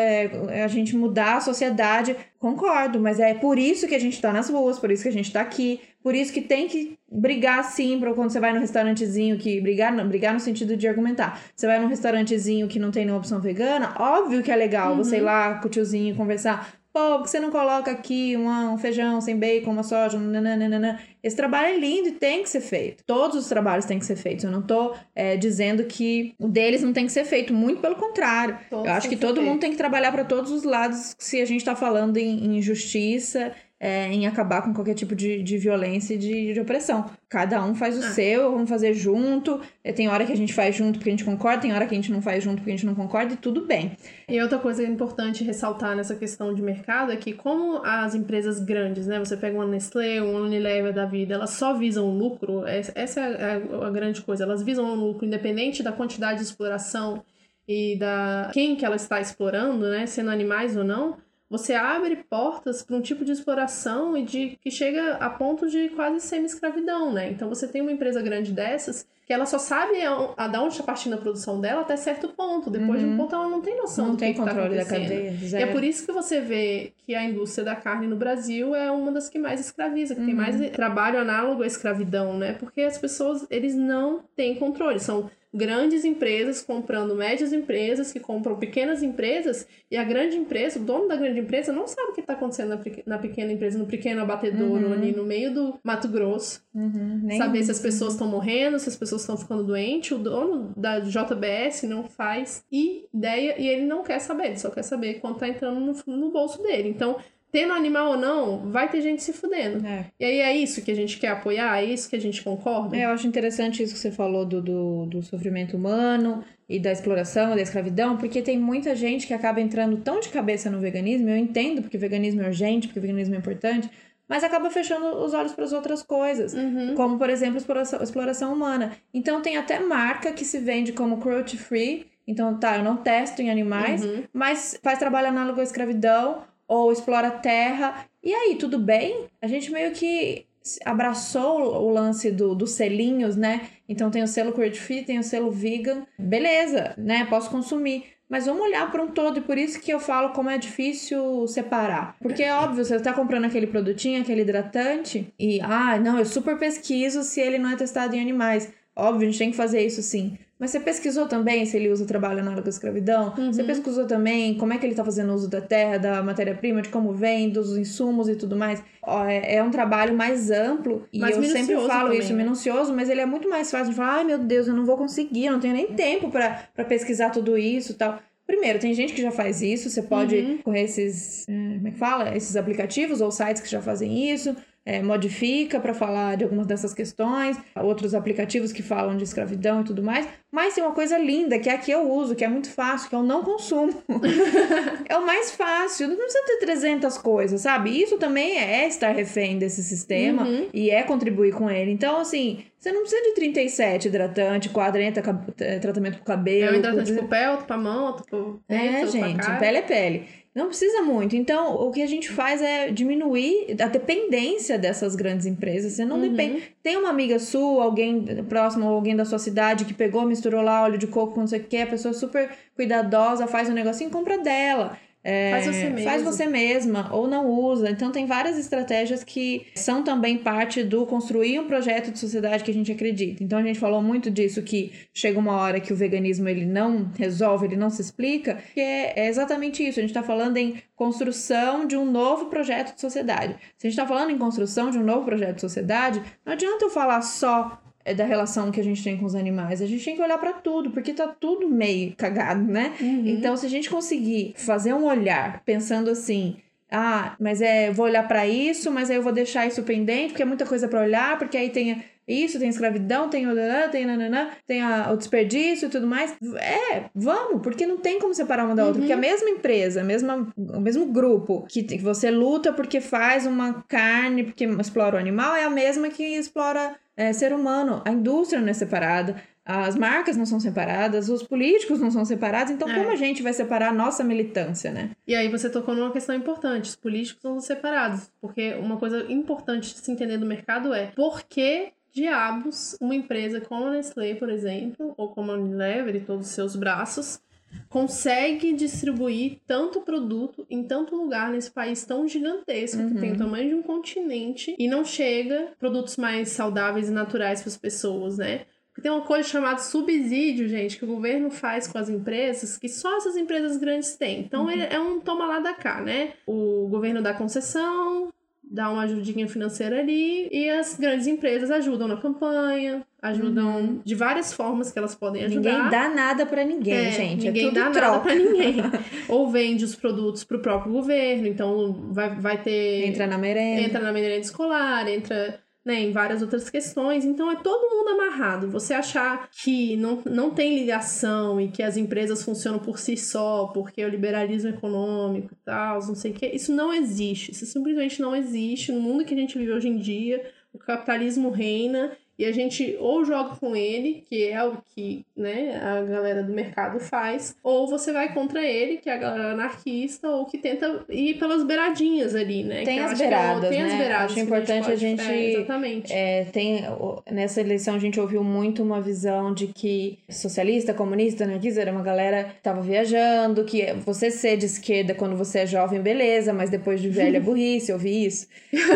Speaker 2: é, a gente mudar a sociedade. Concordo, mas é por isso que a gente tá nas ruas, por isso que a gente tá aqui, por isso que tem que brigar sim, pra quando você vai num restaurantezinho que... Brigar não, brigar no sentido de argumentar. Você vai num restaurantezinho que não tem nenhuma opção vegana, óbvio que é legal uhum. você ir lá com o tiozinho conversar. Pô, por que você não coloca aqui uma, um feijão sem bacon, uma soja, nananana? Esse trabalho é lindo e tem que ser feito. Todos os trabalhos têm que ser feitos. Eu não tô é, dizendo que o deles não tem que ser feito. Muito pelo contrário. Todos Eu acho que todo feito. mundo tem que trabalhar para todos os lados se a gente tá falando em, em justiça, é, em acabar com qualquer tipo de, de violência e de, de opressão. Cada um faz o ah. seu, vamos fazer junto. Tem hora que a gente faz junto porque a gente concorda, tem hora que a gente não faz junto porque a gente não concorda e tudo bem.
Speaker 1: E outra coisa importante ressaltar nessa questão de mercado é que como as empresas grandes, né, você pega uma Nestlé, uma Unilever da vida, elas só visam o lucro, essa é a, a grande coisa, elas visam o lucro independente da quantidade de exploração e da quem que ela está explorando, né, sendo animais ou não. Você abre portas para um tipo de exploração e de que chega a ponto de quase semi-escravidão, né? Então você tem uma empresa grande dessas que ela só sabe a, a de onde está partindo a produção dela até certo ponto. Depois uhum. de um ponto ela não tem noção
Speaker 2: não
Speaker 1: do
Speaker 2: tem
Speaker 1: que está acontecendo.
Speaker 2: Da cadeia,
Speaker 1: e é por isso que você vê que a indústria da carne no Brasil é uma das que mais escraviza, que uhum. tem mais trabalho análogo à escravidão, né? Porque as pessoas, eles não têm controle, são grandes empresas comprando médias empresas que compram pequenas empresas e a grande empresa, o dono da grande empresa não sabe o que está acontecendo na, na pequena empresa, no pequeno abatedouro uhum. ali no meio do Mato Grosso.
Speaker 2: Uhum. Nem
Speaker 1: Saber se as pessoas estão morrendo, se as pessoas estão ficando doentes. O dono da J B S não faz ideia e ele não quer saber, ele só quer saber quanto está entrando no, no bolso dele. Então, tendo animal ou não, vai ter gente se fudendo.
Speaker 2: É.
Speaker 1: E aí é isso que a gente quer apoiar? É isso que a gente concorda?
Speaker 2: É, eu acho interessante isso que você falou do, do, do sofrimento humano e da exploração, da escravidão, porque tem muita gente que acaba entrando tão de cabeça no veganismo, eu entendo porque o veganismo é urgente, porque o veganismo é importante, mas acaba fechando os olhos para as outras coisas,
Speaker 1: uhum.
Speaker 2: como, por exemplo, exploração, exploração humana. Então, tem até marca que se vende como cruelty free, então, tá, eu não testo em animais,
Speaker 1: uhum.
Speaker 2: mas faz trabalho análogo à escravidão, ou explora a terra, e aí, tudo bem? A gente meio que abraçou o lance do, dos selinhos, né? Então tem o selo cruelty free, tem o selo vegan, beleza, né? Posso consumir, mas vamos olhar para um todo, e por isso que eu falo como é difícil separar. Porque é óbvio, você tá comprando aquele produtinho, aquele hidratante, e, ah, não, eu super pesquiso se ele não é testado em animais. Óbvio, a gente tem que fazer isso sim. Mas você pesquisou também se ele usa trabalho análogo à escravidão? Uhum. Você pesquisou também como é que ele está fazendo uso da terra, da matéria-prima, de como vem, dos insumos e tudo mais? É um trabalho mais amplo e mais eu sempre falo também, isso, né? Minucioso, mas ele é muito mais fácil de falar, ai meu Deus, eu não vou conseguir, eu não tenho nem tempo para pesquisar tudo isso e tal. Primeiro, tem gente que já faz isso, você pode uhum. correr esses, como é que fala? Esses aplicativos ou sites que já fazem isso. É, modifica para falar de algumas dessas questões, outros aplicativos que falam de escravidão e tudo mais, mas tem uma coisa linda, que é a que eu uso, que é muito fácil, que eu não consumo. É o mais fácil, não precisa ter trezentas coisas, sabe? Isso também é estar refém desse sistema uhum. e é contribuir com ele. Então, assim, você não precisa de trinta e sete hidratante, quarenta tratamento pro cabelo.
Speaker 1: É um hidratante pro pé, outro pra mão, outro pro
Speaker 2: É,
Speaker 1: outro
Speaker 2: gente,
Speaker 1: pra
Speaker 2: pele é pele. Não precisa muito. Então, o que a gente faz é diminuir a dependência dessas grandes empresas. Você não uhum. depende... Tem uma amiga sua, alguém próximo, alguém da sua cidade que pegou, misturou lá óleo de coco com não sei o que, a pessoa super cuidadosa, faz um negocinho, compra dela. É,
Speaker 1: faz você mesma.
Speaker 2: Faz você mesma, ou não usa. Então, tem várias estratégias que são também parte do construir um projeto de sociedade que a gente acredita. Então, a gente falou muito disso, que chega uma hora que o veganismo ele não resolve, ele não se explica, que é, é exatamente isso. A gente está falando em construção de um novo projeto de sociedade. Se a gente está falando em construção de um novo projeto de sociedade, não adianta eu falar só da relação que a gente tem com os animais. A gente tem que olhar pra tudo, porque tá tudo meio cagado, né? Uhum. Então, se a gente conseguir fazer um olhar pensando assim, ah, mas é, eu vou olhar pra isso, mas aí eu vou deixar isso pendente, porque é muita coisa pra olhar, porque aí tem isso, tem escravidão, tem o tem nananã, tem a, o desperdício e tudo mais. É, vamos, porque não tem como separar uma da outra, uhum. porque a mesma empresa, a mesma, o mesmo grupo que, que você luta porque faz uma carne, porque explora o animal, é a mesma que explora É, ser humano. A indústria não é separada, as marcas não são separadas, os políticos não são separados, então é. como a gente vai separar a nossa militância, né?
Speaker 1: E aí você tocou numa questão importante, os políticos não são separados, porque uma coisa importante de se entender do mercado é por que diabos uma empresa como a Nestlé, por exemplo, ou como a Unilever e todos os seus braços, consegue distribuir tanto produto em tanto lugar nesse país tão gigantesco, uhum. que tem o tamanho de um continente, e não chega produtos mais saudáveis e naturais para as pessoas, né? Porque tem uma coisa chamada subsídio, gente, que o governo faz com as empresas, que só essas empresas grandes têm. Então, uhum. é um toma lá da cá, né? O governo dá concessão, dá uma ajudinha financeira ali, e as grandes empresas ajudam na campanha, ajudam uhum. de várias formas que elas podem ajudar.
Speaker 2: Ninguém dá nada pra ninguém, é, gente.
Speaker 1: Ninguém
Speaker 2: é tudo
Speaker 1: dá
Speaker 2: troca.
Speaker 1: nada pra ninguém. Ou vende os produtos pro próprio governo, então vai, vai ter...
Speaker 2: Entra na merenda.
Speaker 1: Entra na merenda escolar, entra... Né, em várias outras questões, então é todo mundo amarrado. Você achar que não, não tem ligação e que as empresas funcionam por si só, porque é o liberalismo econômico e tal, não sei o que, isso não existe, isso simplesmente não existe. No mundo que a gente vive hoje em dia, o capitalismo reina e a gente ou joga com ele, que é o que, né, a galera do mercado faz, ou você vai contra ele, que é a galera anarquista, ou que tenta ir pelas beiradinhas ali, né?
Speaker 2: Tem
Speaker 1: que
Speaker 2: as beiradas,
Speaker 1: é, tem
Speaker 2: né?
Speaker 1: as beiradas.
Speaker 2: Acho importante a gente...
Speaker 1: A gente é, exatamente.
Speaker 2: É, tem, nessa eleição a gente ouviu muito uma visão de que socialista, comunista, anarquista, era uma galera que estava viajando, que você ser de esquerda quando você é jovem, beleza, mas depois de velha burrice, eu ouvi isso.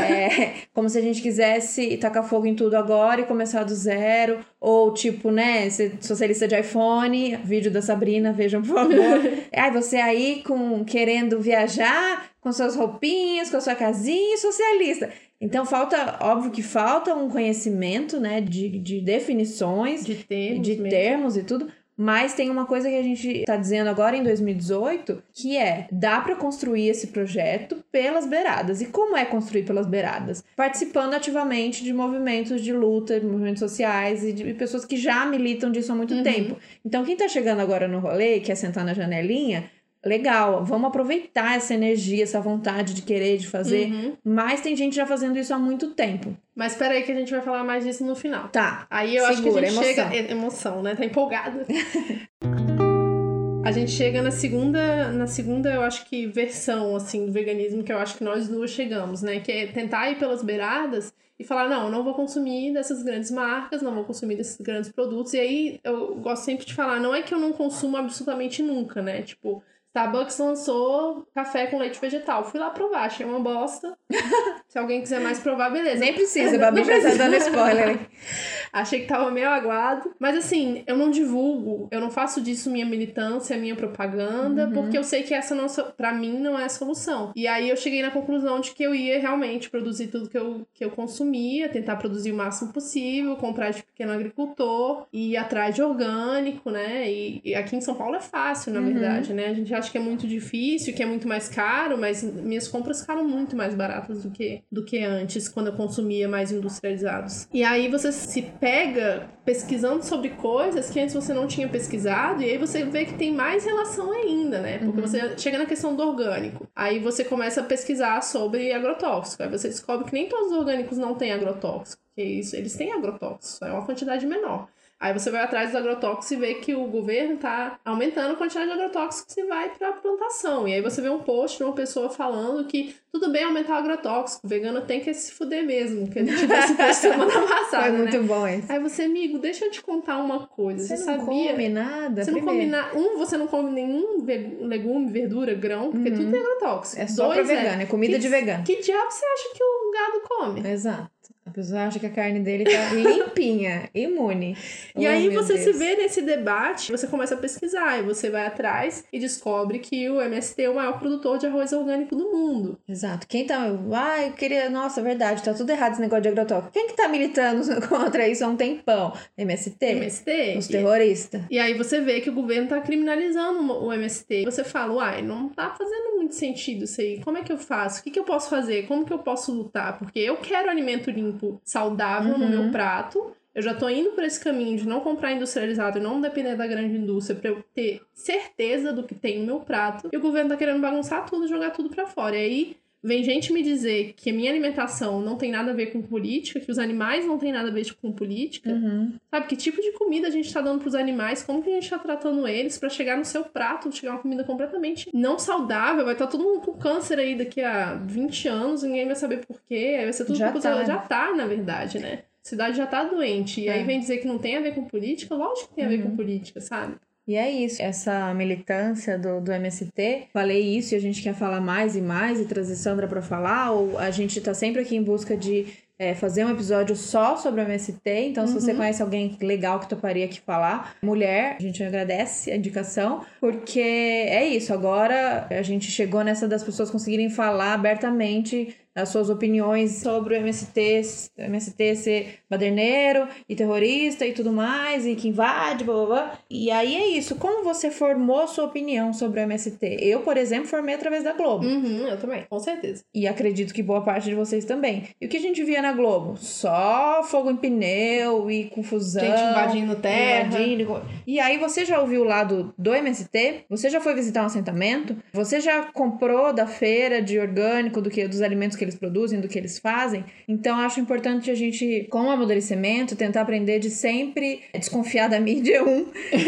Speaker 2: É, como se a gente quisesse tacar fogo em tudo agora e começar do zero, ou tipo, né, ser socialista de iPhone, vídeo da Sabrina, vejam por favor. Ai, você aí com, querendo viajar, com suas roupinhas, com a sua casinha, socialista. Então, falta, óbvio que falta um conhecimento, né, de, de definições,
Speaker 1: de termos,
Speaker 2: de termos e tudo. Mas tem uma coisa que a gente tá dizendo agora em dois mil e dezoito, que é, dá para construir esse projeto pelas beiradas. E como é construir pelas beiradas? Participando ativamente de movimentos de luta, de movimentos sociais e de pessoas que já militam disso há muito uhum. tempo. Então, quem tá chegando agora no rolê e quer sentar na janelinha, legal, vamos aproveitar essa energia, essa vontade de querer, de fazer. Uhum. Mas tem gente já fazendo isso há muito tempo.
Speaker 1: Mas espera aí que a gente vai falar mais disso no final.
Speaker 2: Tá.
Speaker 1: Aí eu
Speaker 2: Segura,
Speaker 1: acho que a gente
Speaker 2: emoção.
Speaker 1: chega... Emoção, né? Tá empolgada. A gente chega na segunda, na segunda, eu acho que, versão, assim, do veganismo, que eu acho que nós duas chegamos, né? Que é tentar ir pelas beiradas e falar, não, eu não vou consumir dessas grandes marcas, não vou consumir desses grandes produtos. E aí, eu gosto sempre de falar, não é que eu não consumo absolutamente nunca, né? Tipo... Starbucks lançou café com leite vegetal. Fui lá provar, achei uma bosta. Se alguém quiser mais provar, beleza.
Speaker 2: Nem precisa, Babi já tá dando spoiler.
Speaker 1: Achei que tava meio aguado. Mas assim, eu não divulgo, eu não faço disso minha militância, minha propaganda, uhum. porque eu sei que essa, não, pra mim, não é a solução. E aí eu cheguei na conclusão de que eu ia realmente produzir tudo que eu, que eu consumia, tentar produzir o máximo possível, comprar de pequeno agricultor, e ir atrás de orgânico, né? E, e aqui em São Paulo é fácil, na uhum. verdade, né? A gente acha que é muito difícil, que é muito mais caro, mas minhas compras ficaram muito mais baratas do que, do que antes, quando eu consumia mais industrializados. E aí você se pega pesquisando sobre coisas que antes você não tinha pesquisado, e aí você vê que tem mais relação ainda, né? Porque uhum. você chega na questão do orgânico, aí você começa a pesquisar sobre agrotóxico, aí você descobre que nem todos os orgânicos não têm agrotóxico, que isso, eles têm agrotóxico, é uma quantidade menor. Aí você vai atrás dos agrotóxicos e vê que o governo tá aumentando a quantidade de agrotóxicos e vai pra plantação. E aí você vê um post de uma pessoa falando que tudo bem aumentar o agrotóxico, o vegano tem que se fuder mesmo, que a gente tivesse posto semana passada,
Speaker 2: Foi muito
Speaker 1: né?
Speaker 2: bom isso.
Speaker 1: Aí você, amigo, deixa eu te contar uma coisa. Você, você
Speaker 2: não
Speaker 1: sabia?
Speaker 2: come nada?
Speaker 1: Você
Speaker 2: primeiro.
Speaker 1: não come nada. Um, você não come nenhum legume, verdura, grão, porque uhum. tudo tem agrotóxico.
Speaker 2: É só Dois, pra vegano, é, é comida
Speaker 1: que,
Speaker 2: de vegano.
Speaker 1: Que diabo você acha que o gado come?
Speaker 2: Exato. A pessoa acha que a carne dele tá limpinha, imune.
Speaker 1: E
Speaker 2: oh,
Speaker 1: aí você
Speaker 2: Deus.
Speaker 1: se vê nesse debate, você começa a pesquisar, e você vai atrás e descobre que o M S T é o maior produtor de arroz orgânico do mundo.
Speaker 2: Exato. Quem tá... Ah, eu queria... Nossa, verdade, tá tudo errado esse negócio de agrotóxico. Quem que tá militando contra isso há um tempão? M S T?
Speaker 1: M S T.
Speaker 2: Os terroristas.
Speaker 1: E aí você vê que o governo tá criminalizando o M S T. Você fala, uai, não tá fazendo muito sentido isso aí. Como é que eu faço? O que que eu posso fazer? Como que eu posso lutar? Porque eu quero alimento limpo, saudável uhum. no meu prato. Eu já tô indo por esse caminho de não comprar industrializado e não depender da grande indústria pra eu ter certeza do que tem no meu prato. E o governo tá querendo bagunçar tudo, jogar tudo pra fora. E aí vem gente me dizer que a minha alimentação não tem nada a ver com política, que os animais não tem nada a ver com política.
Speaker 2: Uhum.
Speaker 1: Sabe, que tipo de comida a gente tá dando pros animais, como que a gente tá tratando eles pra chegar no seu prato, chegar uma comida completamente não saudável, vai estar tá todo mundo com câncer aí daqui a vinte anos, ninguém vai saber por quê, aí vai ser tudo
Speaker 2: já
Speaker 1: por
Speaker 2: tá.
Speaker 1: coisa... Já tá, na verdade, né? A cidade já tá doente, e é. aí vem dizer que não tem a ver com política, lógico que tem a ver
Speaker 2: uhum.
Speaker 1: com política, sabe?
Speaker 2: E é isso, essa militância do, do M S T, falei isso e a gente quer falar mais e mais e trazer Sandra pra falar, ou a gente tá sempre aqui em busca de é, fazer um episódio só sobre o M S T, então se uhum. você conhece alguém legal que toparia aqui falar, mulher, a gente agradece a indicação, porque é isso, agora a gente chegou nessa das pessoas conseguirem falar abertamente as suas opiniões sobre o M S T, o M S T ser baderneiro e terrorista e tudo mais, e que invade, blá blá blá. E aí é isso, como você formou sua opinião sobre o M S T? Eu, por exemplo, formei através da Globo.
Speaker 1: Uhum, eu também, com certeza.
Speaker 2: E acredito que boa parte de vocês também. E o que a gente via na Globo? Só fogo em pneu e confusão.
Speaker 1: Gente invadindo terra.
Speaker 2: Invadindo. E aí você já ouviu o lado do M S T? Você já foi visitar um assentamento? Você já comprou da feira de orgânico, do que, dos alimentos que eles produzem, do que eles fazem? Então acho importante a gente, com o amadurecimento, tentar aprender de sempre desconfiar da mídia, um,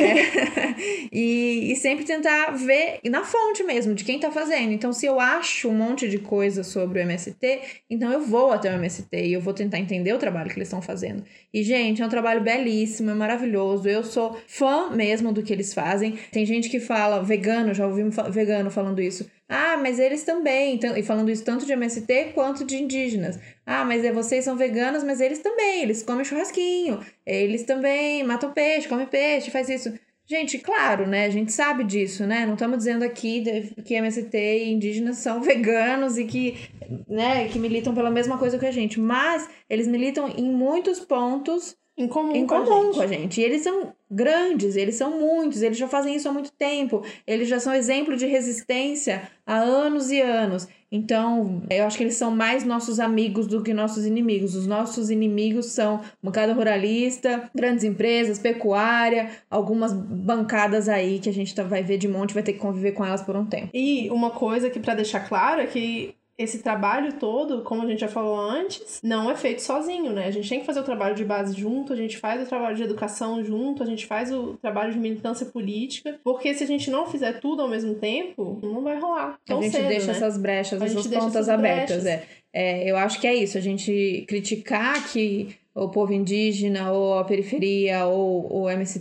Speaker 2: é, e, e sempre tentar ver na fonte mesmo, de quem tá fazendo. Então se eu acho um monte de coisa sobre o M S T, então eu vou até o M S T e eu vou tentar entender o trabalho que eles estão fazendo. E gente, é um trabalho belíssimo, é maravilhoso, eu sou fã mesmo do que eles fazem. Tem gente que fala, vegano, já ouvi um vegano falando isso, ah, mas eles também, e falando isso tanto de M S T quanto de indígenas. Ah, mas vocês são veganos, mas eles também, eles comem churrasquinho, eles também matam peixe, comem peixe, faz isso. Gente, claro, né, a gente sabe disso, né, não estamos dizendo aqui que M S T e indígenas são veganos e que, né, que militam pela mesma coisa que a gente, mas eles militam em muitos pontos
Speaker 1: em comum,
Speaker 2: em
Speaker 1: com,
Speaker 2: comum
Speaker 1: a gente.
Speaker 2: com a gente. E eles são grandes, eles são muitos, eles já fazem isso há muito tempo, eles já são exemplo de resistência há anos e anos. Então, eu acho que eles são mais nossos amigos do que nossos inimigos. Os nossos inimigos são bancada ruralista, grandes empresas, pecuária, algumas bancadas aí que a gente tá, vai ver de monte, vai ter que conviver com elas por um tempo.
Speaker 1: E uma coisa que, pra deixar claro, é que esse trabalho todo, como a gente já falou antes, não é feito sozinho, né? A gente tem que fazer o trabalho de base junto, a gente faz o trabalho de educação junto, a gente faz o trabalho de militância política, porque se a gente não fizer tudo ao mesmo tempo, não vai rolar tão
Speaker 2: A gente
Speaker 1: cedo,
Speaker 2: deixa
Speaker 1: né?
Speaker 2: essas brechas,
Speaker 1: a
Speaker 2: essas
Speaker 1: gente
Speaker 2: pontas abertas. É. É, eu acho que é isso, a gente criticar que o povo indígena ou a periferia ou o M S T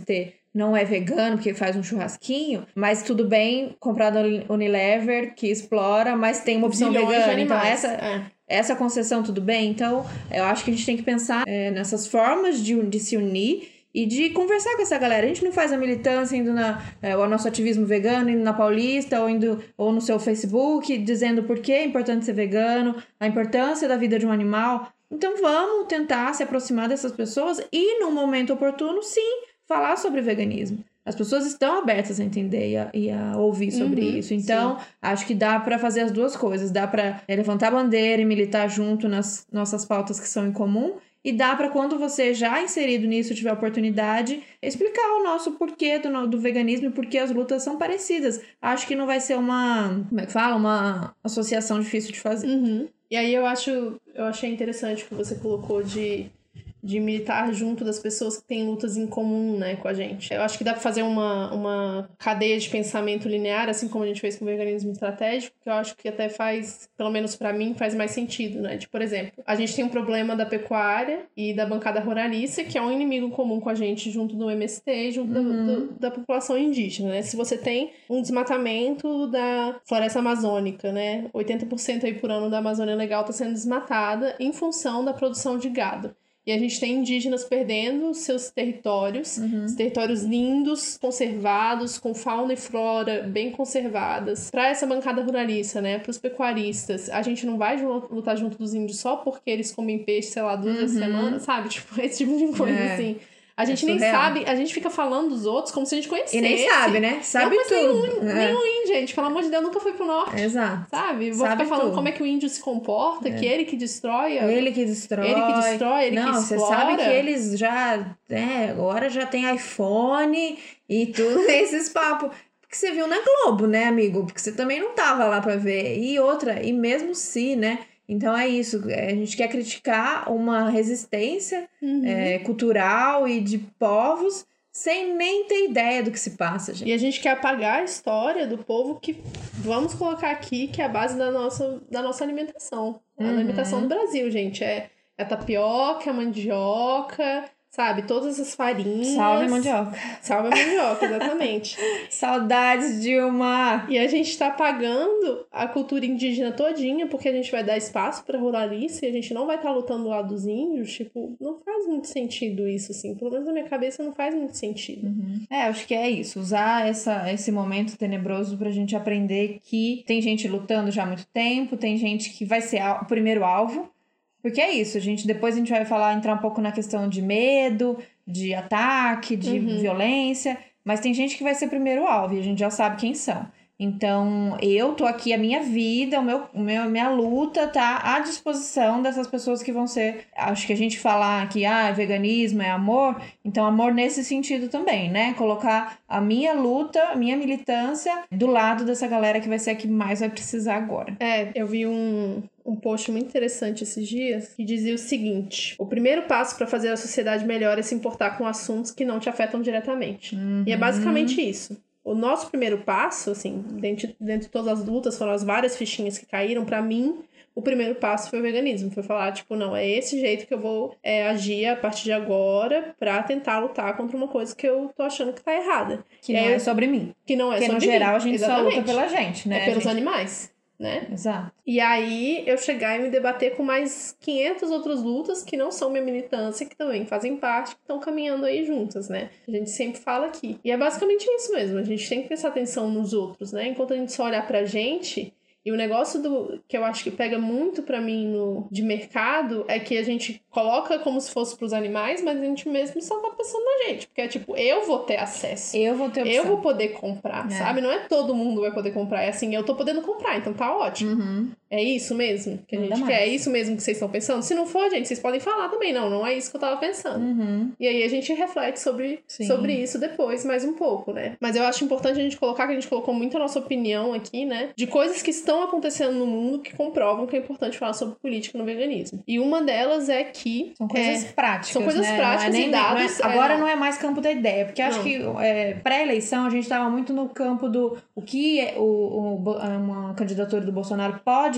Speaker 2: não é vegano porque faz um churrasquinho, mas tudo bem comprar da Unilever que explora, mas tem uma opção
Speaker 1: Bilhões de
Speaker 2: vegana. Então
Speaker 1: animais.
Speaker 2: essa,
Speaker 1: É.
Speaker 2: essa concessão tudo bem? Então eu acho que a gente tem que pensar é, nessas formas de, de se unir e de conversar com essa galera. A gente não faz a militância indo na, é, o nosso ativismo vegano, indo na Paulista, ou, indo, ou no seu Facebook, dizendo por que é importante ser vegano, a importância da vida de um animal. Então vamos tentar se aproximar dessas pessoas e, no momento oportuno, sim, falar sobre veganismo. As pessoas estão abertas a entender e a, e a ouvir sobre uhum, isso. Então, sim. acho que dá para fazer as duas coisas. Dá para é, levantar a bandeira e militar junto nas nossas pautas que são em comum. E dá para, quando você já inserido nisso tiver oportunidade, explicar o nosso porquê do, do veganismo e porque as lutas são parecidas. Acho que não vai ser uma, como é que fala? Uma associação difícil de fazer.
Speaker 1: Uhum. E aí eu acho, eu achei interessante o que você colocou de... de militar junto das pessoas que têm lutas em comum, né, com a gente. Eu acho que dá pra fazer uma, uma cadeia de pensamento linear, assim como a gente fez com o veganismo estratégico, que eu acho que até faz, pelo menos pra mim, faz mais sentido, né? De, por exemplo, a gente tem um problema da pecuária e da bancada ruralista, que é um inimigo comum com a gente junto do M S T, junto uhum. do, do, da população indígena, né? Se você tem um desmatamento da floresta amazônica, né? oitenta por cento aí por ano da Amazônia Legal tá sendo desmatada em função da produção de gado. E a gente tem indígenas perdendo seus territórios, uhum. os territórios lindos, conservados, com fauna e flora bem conservadas. Para essa bancada ruralista, né, para os pecuaristas, a gente não vai lutar junto dos índios só porque eles comem peixe, sei lá, duas vezes uhum. por semana, sabe? Tipo, esse tipo de coisa, é. assim. A gente é nem sabe, a gente fica falando dos outros como se a gente conhecesse.
Speaker 2: E nem sabe, né? Sabe
Speaker 1: não,
Speaker 2: tudo.
Speaker 1: Nenhum, é. nenhum índio, gente. Pelo amor de Deus, nunca foi pro norte.
Speaker 2: Exato.
Speaker 1: Sabe? Vou
Speaker 2: sabe
Speaker 1: ficar falando
Speaker 2: tudo.
Speaker 1: como é que o índio se comporta, é. que ele que destrói.
Speaker 2: Ele que destrói.
Speaker 1: Ele que destrói, ele
Speaker 2: não,
Speaker 1: que explora.
Speaker 2: Você sabe que eles já... É, agora já tem iPhone e tudo esses papos. Porque você viu na Globo, né, amigo? Porque você também não tava lá pra ver. E outra, e mesmo se, né... Então é isso, a gente quer criticar uma resistência uhum. é, cultural e de povos sem nem ter ideia do que se passa, gente.
Speaker 1: E a gente quer apagar a história do povo que, vamos colocar aqui, que é a base da nossa, da nossa alimentação. Uhum. A alimentação do Brasil, gente, é, é tapioca, é mandioca... Sabe, todas as farinhas...
Speaker 2: Salve a mandioca.
Speaker 1: Salve a mandioca, exatamente.
Speaker 2: Saudades, Dilma!
Speaker 1: E a gente tá apagando a cultura indígena todinha, porque a gente vai dar espaço pra ruralista e a gente não vai estar tá lutando lá dos índios. Tipo, não faz muito sentido isso, assim. Pelo menos na minha cabeça não faz muito sentido.
Speaker 2: Uhum. É, acho que é isso. Usar essa, esse momento tenebroso pra gente aprender que tem gente lutando já há muito tempo, tem gente que vai ser o primeiro alvo. Porque é isso, a gente, depois a gente vai falar, entrar um pouco na questão de medo, de ataque, de uhum. violência, mas tem gente que vai ser primeiro alvo e a gente já sabe quem são. Então, eu tô aqui, a minha vida, o meu, o meu, minha luta tá à disposição dessas pessoas que vão ser... Acho que a gente falar que ah, veganismo é amor, então amor nesse sentido também, né? Colocar a minha luta, a minha militância do lado dessa galera que vai ser a que mais vai precisar agora.
Speaker 1: É, eu vi um... um post muito interessante esses dias, que dizia o seguinte: o primeiro passo para fazer a sociedade melhor é se importar com assuntos que não te afetam diretamente. Uhum. E é basicamente isso. O nosso primeiro passo, assim, dentro, dentro de todas as lutas, foram as várias fichinhas que caíram, pra mim, o primeiro passo foi o veganismo. Foi falar, tipo, não, é esse jeito que eu vou é, agir a partir de agora pra tentar lutar contra uma coisa que eu tô achando que tá errada.
Speaker 2: Que e não aí, é sobre mim.
Speaker 1: Que não é
Speaker 2: Porque,
Speaker 1: sobre
Speaker 2: mim. Porque, no geral,
Speaker 1: mim.
Speaker 2: a gente
Speaker 1: Exatamente.
Speaker 2: só luta pela gente, né?
Speaker 1: É pelos
Speaker 2: gente...
Speaker 1: animais. Né?
Speaker 2: Exato.
Speaker 1: E aí eu chegar e me debater com mais quinhentas outras lutas que não são minha militância, que também fazem parte, que estão caminhando aí juntas, né? A gente sempre fala aqui. E é basicamente isso mesmo, a gente tem que prestar atenção nos outros, né? Enquanto a gente só olhar pra gente... E o negócio do que eu acho que pega muito pra mim no, de mercado é que a gente coloca como se fosse pros animais, mas a gente mesmo só tá pensando na gente. Porque é tipo, eu vou ter acesso.
Speaker 2: Eu vou ter opção.
Speaker 1: Eu vou poder comprar, é. sabe? Não é todo mundo vai poder comprar. É assim, eu tô podendo comprar, então tá ótimo. Uhum. É isso mesmo que a gente Ainda quer? Mais. É isso mesmo que vocês estão pensando? Se não for, gente, vocês podem falar também. Não, não é isso que eu tava pensando. Uhum. E aí a gente reflete sobre, sobre isso depois, mais um pouco, né? Mas eu acho importante a gente colocar, que a gente colocou muito a nossa opinião aqui, né? De coisas que estão acontecendo no mundo que comprovam que é importante falar sobre política no veganismo. E uma delas é que...
Speaker 2: São coisas
Speaker 1: é,
Speaker 2: práticas,
Speaker 1: São coisas
Speaker 2: né?
Speaker 1: práticas
Speaker 2: não é nem,
Speaker 1: e dados...
Speaker 2: Não é, agora
Speaker 1: é,
Speaker 2: não é mais campo da ideia, porque acho não. que é, pré-eleição a gente estava muito no campo do o que é, o, o, uma candidatura do Bolsonaro pode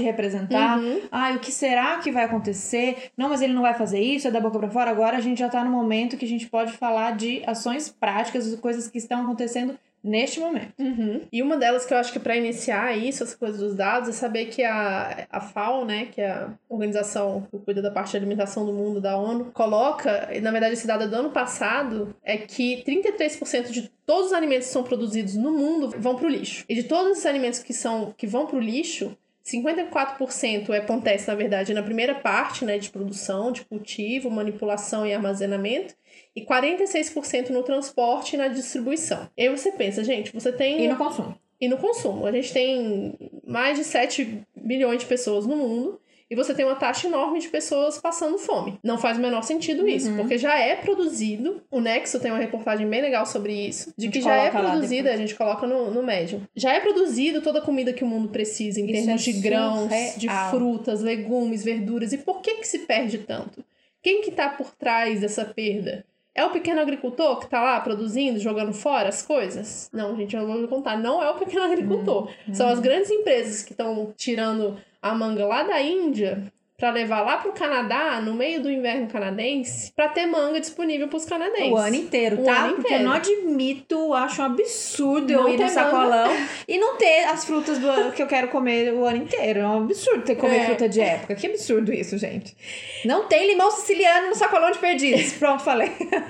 Speaker 2: representar.
Speaker 1: Uhum.
Speaker 2: Ah, o que será que vai acontecer? Não, mas ele não vai fazer isso, é da boca pra fora. Agora a gente já tá no momento que a gente pode falar de ações práticas, coisas que estão acontecendo neste momento.
Speaker 1: Uhum. E uma delas que eu acho que para iniciar isso, essa coisa dos dados, é saber que a, a F A O, né, que é a organização que cuida da parte de alimentação do mundo da ONU, coloca, na verdade esse dado é do ano passado, é que trinta e três por cento de todos os alimentos que são produzidos no mundo vão pro lixo. E de todos os alimentos que, são, que vão pro lixo, cinquenta e quatro por cento acontece, na verdade, na primeira parte, né, de produção, de cultivo, manipulação e armazenamento, e quarenta e seis por cento no transporte e na distribuição. E aí você pensa, gente, você tem...
Speaker 2: E no consumo.
Speaker 1: E no consumo. A gente tem mais de sete bilhões de pessoas no mundo, e você tem uma taxa enorme de pessoas passando fome. Não faz o menor sentido isso, uhum. porque já é produzido, o Nexo tem uma reportagem bem legal sobre isso, de que já é produzida, a gente coloca no, no médio, já é produzido toda a comida que o mundo precisa, em isso termos é de grãos, surreal. De frutas, legumes, verduras, e por que que se perde tanto? Quem que tá por trás dessa perda? É o pequeno agricultor que tá lá produzindo, jogando fora as coisas? Não, gente, eu vou contar, não é o pequeno agricultor. Hum, São hum. as grandes empresas que estão tirando a manga lá da Índia pra levar lá pro Canadá, no meio do inverno canadense, pra ter manga disponível pros canadenses.
Speaker 2: O ano inteiro,
Speaker 1: o
Speaker 2: tá?
Speaker 1: Ano
Speaker 2: Porque
Speaker 1: inteiro.
Speaker 2: eu não admito, acho um absurdo
Speaker 1: não
Speaker 2: eu ir no sacolão e não ter as frutas do, que eu quero comer o ano inteiro. É um absurdo ter que comer é. fruta de época. Que absurdo isso, gente. Não tem limão siciliano no sacolão de perdidos. Pronto, falei.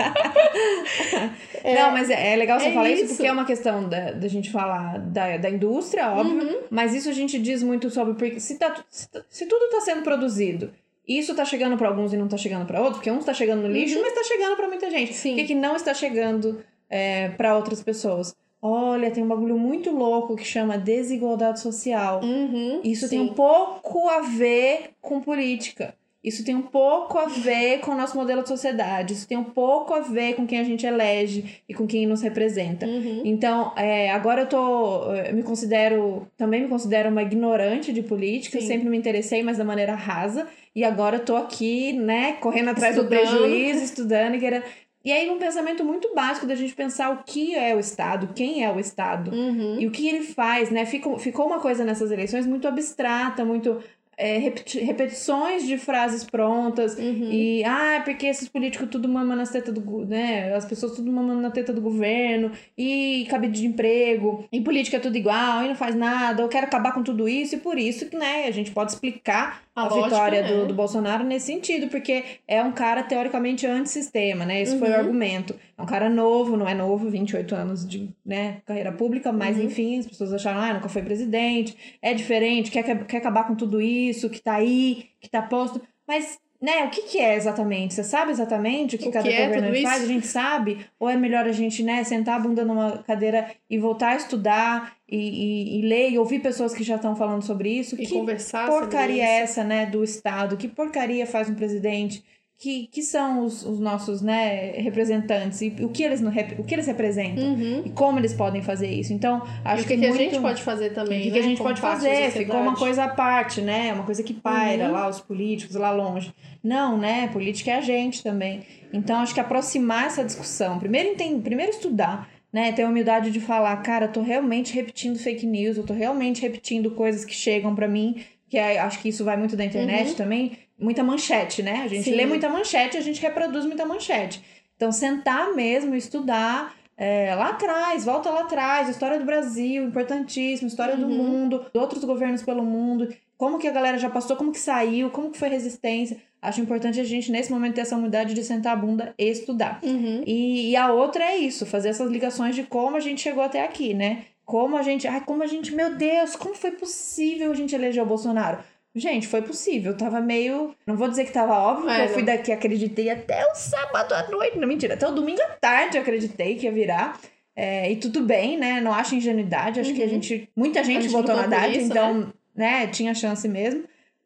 Speaker 2: É, não, mas é, é legal você é falar isso. isso porque é uma questão da, da gente falar da, da indústria, óbvio,
Speaker 1: uhum.
Speaker 2: mas isso a gente diz muito sobre porque se, tá, se, se tudo tá sendo produzido, isso tá chegando pra alguns e não tá chegando pra outros, porque uns tá chegando no lixo, uhum. mas tá chegando pra muita gente.
Speaker 1: Sim.
Speaker 2: Por que que não está chegando é, pra outras pessoas? Olha, tem um bagulho muito louco que chama desigualdade social.
Speaker 1: Uhum.
Speaker 2: Isso
Speaker 1: Sim.
Speaker 2: tem um pouco a ver com política. Isso tem um pouco a ver com o nosso modelo de sociedade. Isso tem um pouco a ver com quem a gente elege e com quem nos representa.
Speaker 1: Uhum.
Speaker 2: Então, é, agora eu tô... Eu me considero... Também me considero uma ignorante de política.
Speaker 1: Sim.
Speaker 2: Sempre me interessei, mas da maneira rasa. E agora eu tô aqui, né? Correndo atrás estudando. do prejuízo, estudando. E, querendo... e aí, um pensamento muito básico da gente pensar o que é o Estado, quem é o Estado.
Speaker 1: Uhum.
Speaker 2: E o que ele faz, né? Ficou, ficou uma coisa nessas eleições muito abstrata, muito... É, repeti- repetições de frases prontas
Speaker 1: uhum.
Speaker 2: e, ah, porque esses políticos tudo mamam na teta do, né, as pessoas tudo mamam na teta do governo e cabide de emprego, e política é tudo igual, e não faz nada, eu quero acabar com tudo isso, e por isso que, né, a gente pode explicar a, a vitória é. do, do Bolsonaro nesse sentido, porque é um cara teoricamente antissistema, né, esse uhum. foi o argumento, é um cara novo, não é novo, vinte e oito anos de, né, carreira pública, mas uhum. enfim, as pessoas acharam, ah, nunca foi presidente, é diferente, quer, quer acabar com tudo isso, isso que tá aí, que tá posto, mas, né, o que que é exatamente? Você sabe exatamente o que o cada que é governante faz? A gente sabe? Ou é melhor a gente, né, sentar a bunda numa cadeira e voltar a estudar e, e, e ler e ouvir pessoas que já estão falando sobre isso?
Speaker 1: E
Speaker 2: que
Speaker 1: conversar
Speaker 2: porcaria
Speaker 1: sobre
Speaker 2: é essa, né, do Estado? Que porcaria faz um presidente? Que, que são os, os nossos, né, representantes e o que eles, o que eles representam
Speaker 1: uhum.
Speaker 2: e como eles podem fazer isso. Então, acho
Speaker 1: e o que,
Speaker 2: que,
Speaker 1: que
Speaker 2: muito...
Speaker 1: a gente pode fazer também,
Speaker 2: o que,
Speaker 1: né?
Speaker 2: que a gente
Speaker 1: Como
Speaker 2: pode fazer, ficou uma coisa à parte, né, uma coisa que paira uhum. lá, os políticos lá longe. Não, né, política é a gente também. Então, acho que aproximar essa discussão, primeiro, entender, primeiro estudar, né, ter a humildade de falar, cara, eu tô realmente repetindo fake news, eu tô realmente repetindo coisas que chegam pra mim, que é, acho que isso vai muito da internet
Speaker 1: uhum.
Speaker 2: também, muita manchete, né? A gente Sim. lê muita manchete e a gente reproduz muita manchete. Então, sentar mesmo, estudar é, lá atrás, volta lá atrás, história do Brasil, importantíssimo, história uhum. do mundo, outros governos pelo mundo, como que a galera já passou, como que saiu, como que foi resistência. Acho importante a gente, nesse momento, ter essa humildade de sentar a bunda e estudar.
Speaker 1: Uhum.
Speaker 2: E, e a outra é isso, fazer essas ligações de como a gente chegou até aqui, né? Como a gente... Ai, como a gente... Meu Deus, como foi possível a gente eleger o Bolsonaro? Gente, foi possível, tava meio... Não vou dizer que tava óbvio, é, porque eu fui daqui, acreditei até o sábado à noite. Não, mentira, até o domingo à tarde eu acreditei que ia virar. É, e tudo bem, né? Não acho ingenuidade, acho uhum. que a gente... Muita gente, gente votou na Haddad, então, né? né, tinha chance mesmo.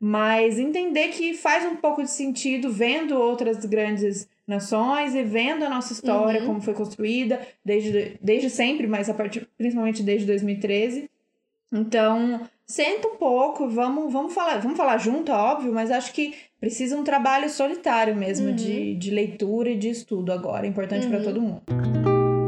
Speaker 2: Mas entender que faz um pouco de sentido vendo outras grandes nações e vendo a nossa história, uhum. como foi construída, desde, desde sempre, mas a partir, principalmente desde dois mil e treze. Então... Senta um pouco, vamos, vamos, falar, vamos falar junto, óbvio, mas acho que precisa um trabalho solitário mesmo, uhum. de, de leitura e de estudo agora, é importante uhum. para todo mundo.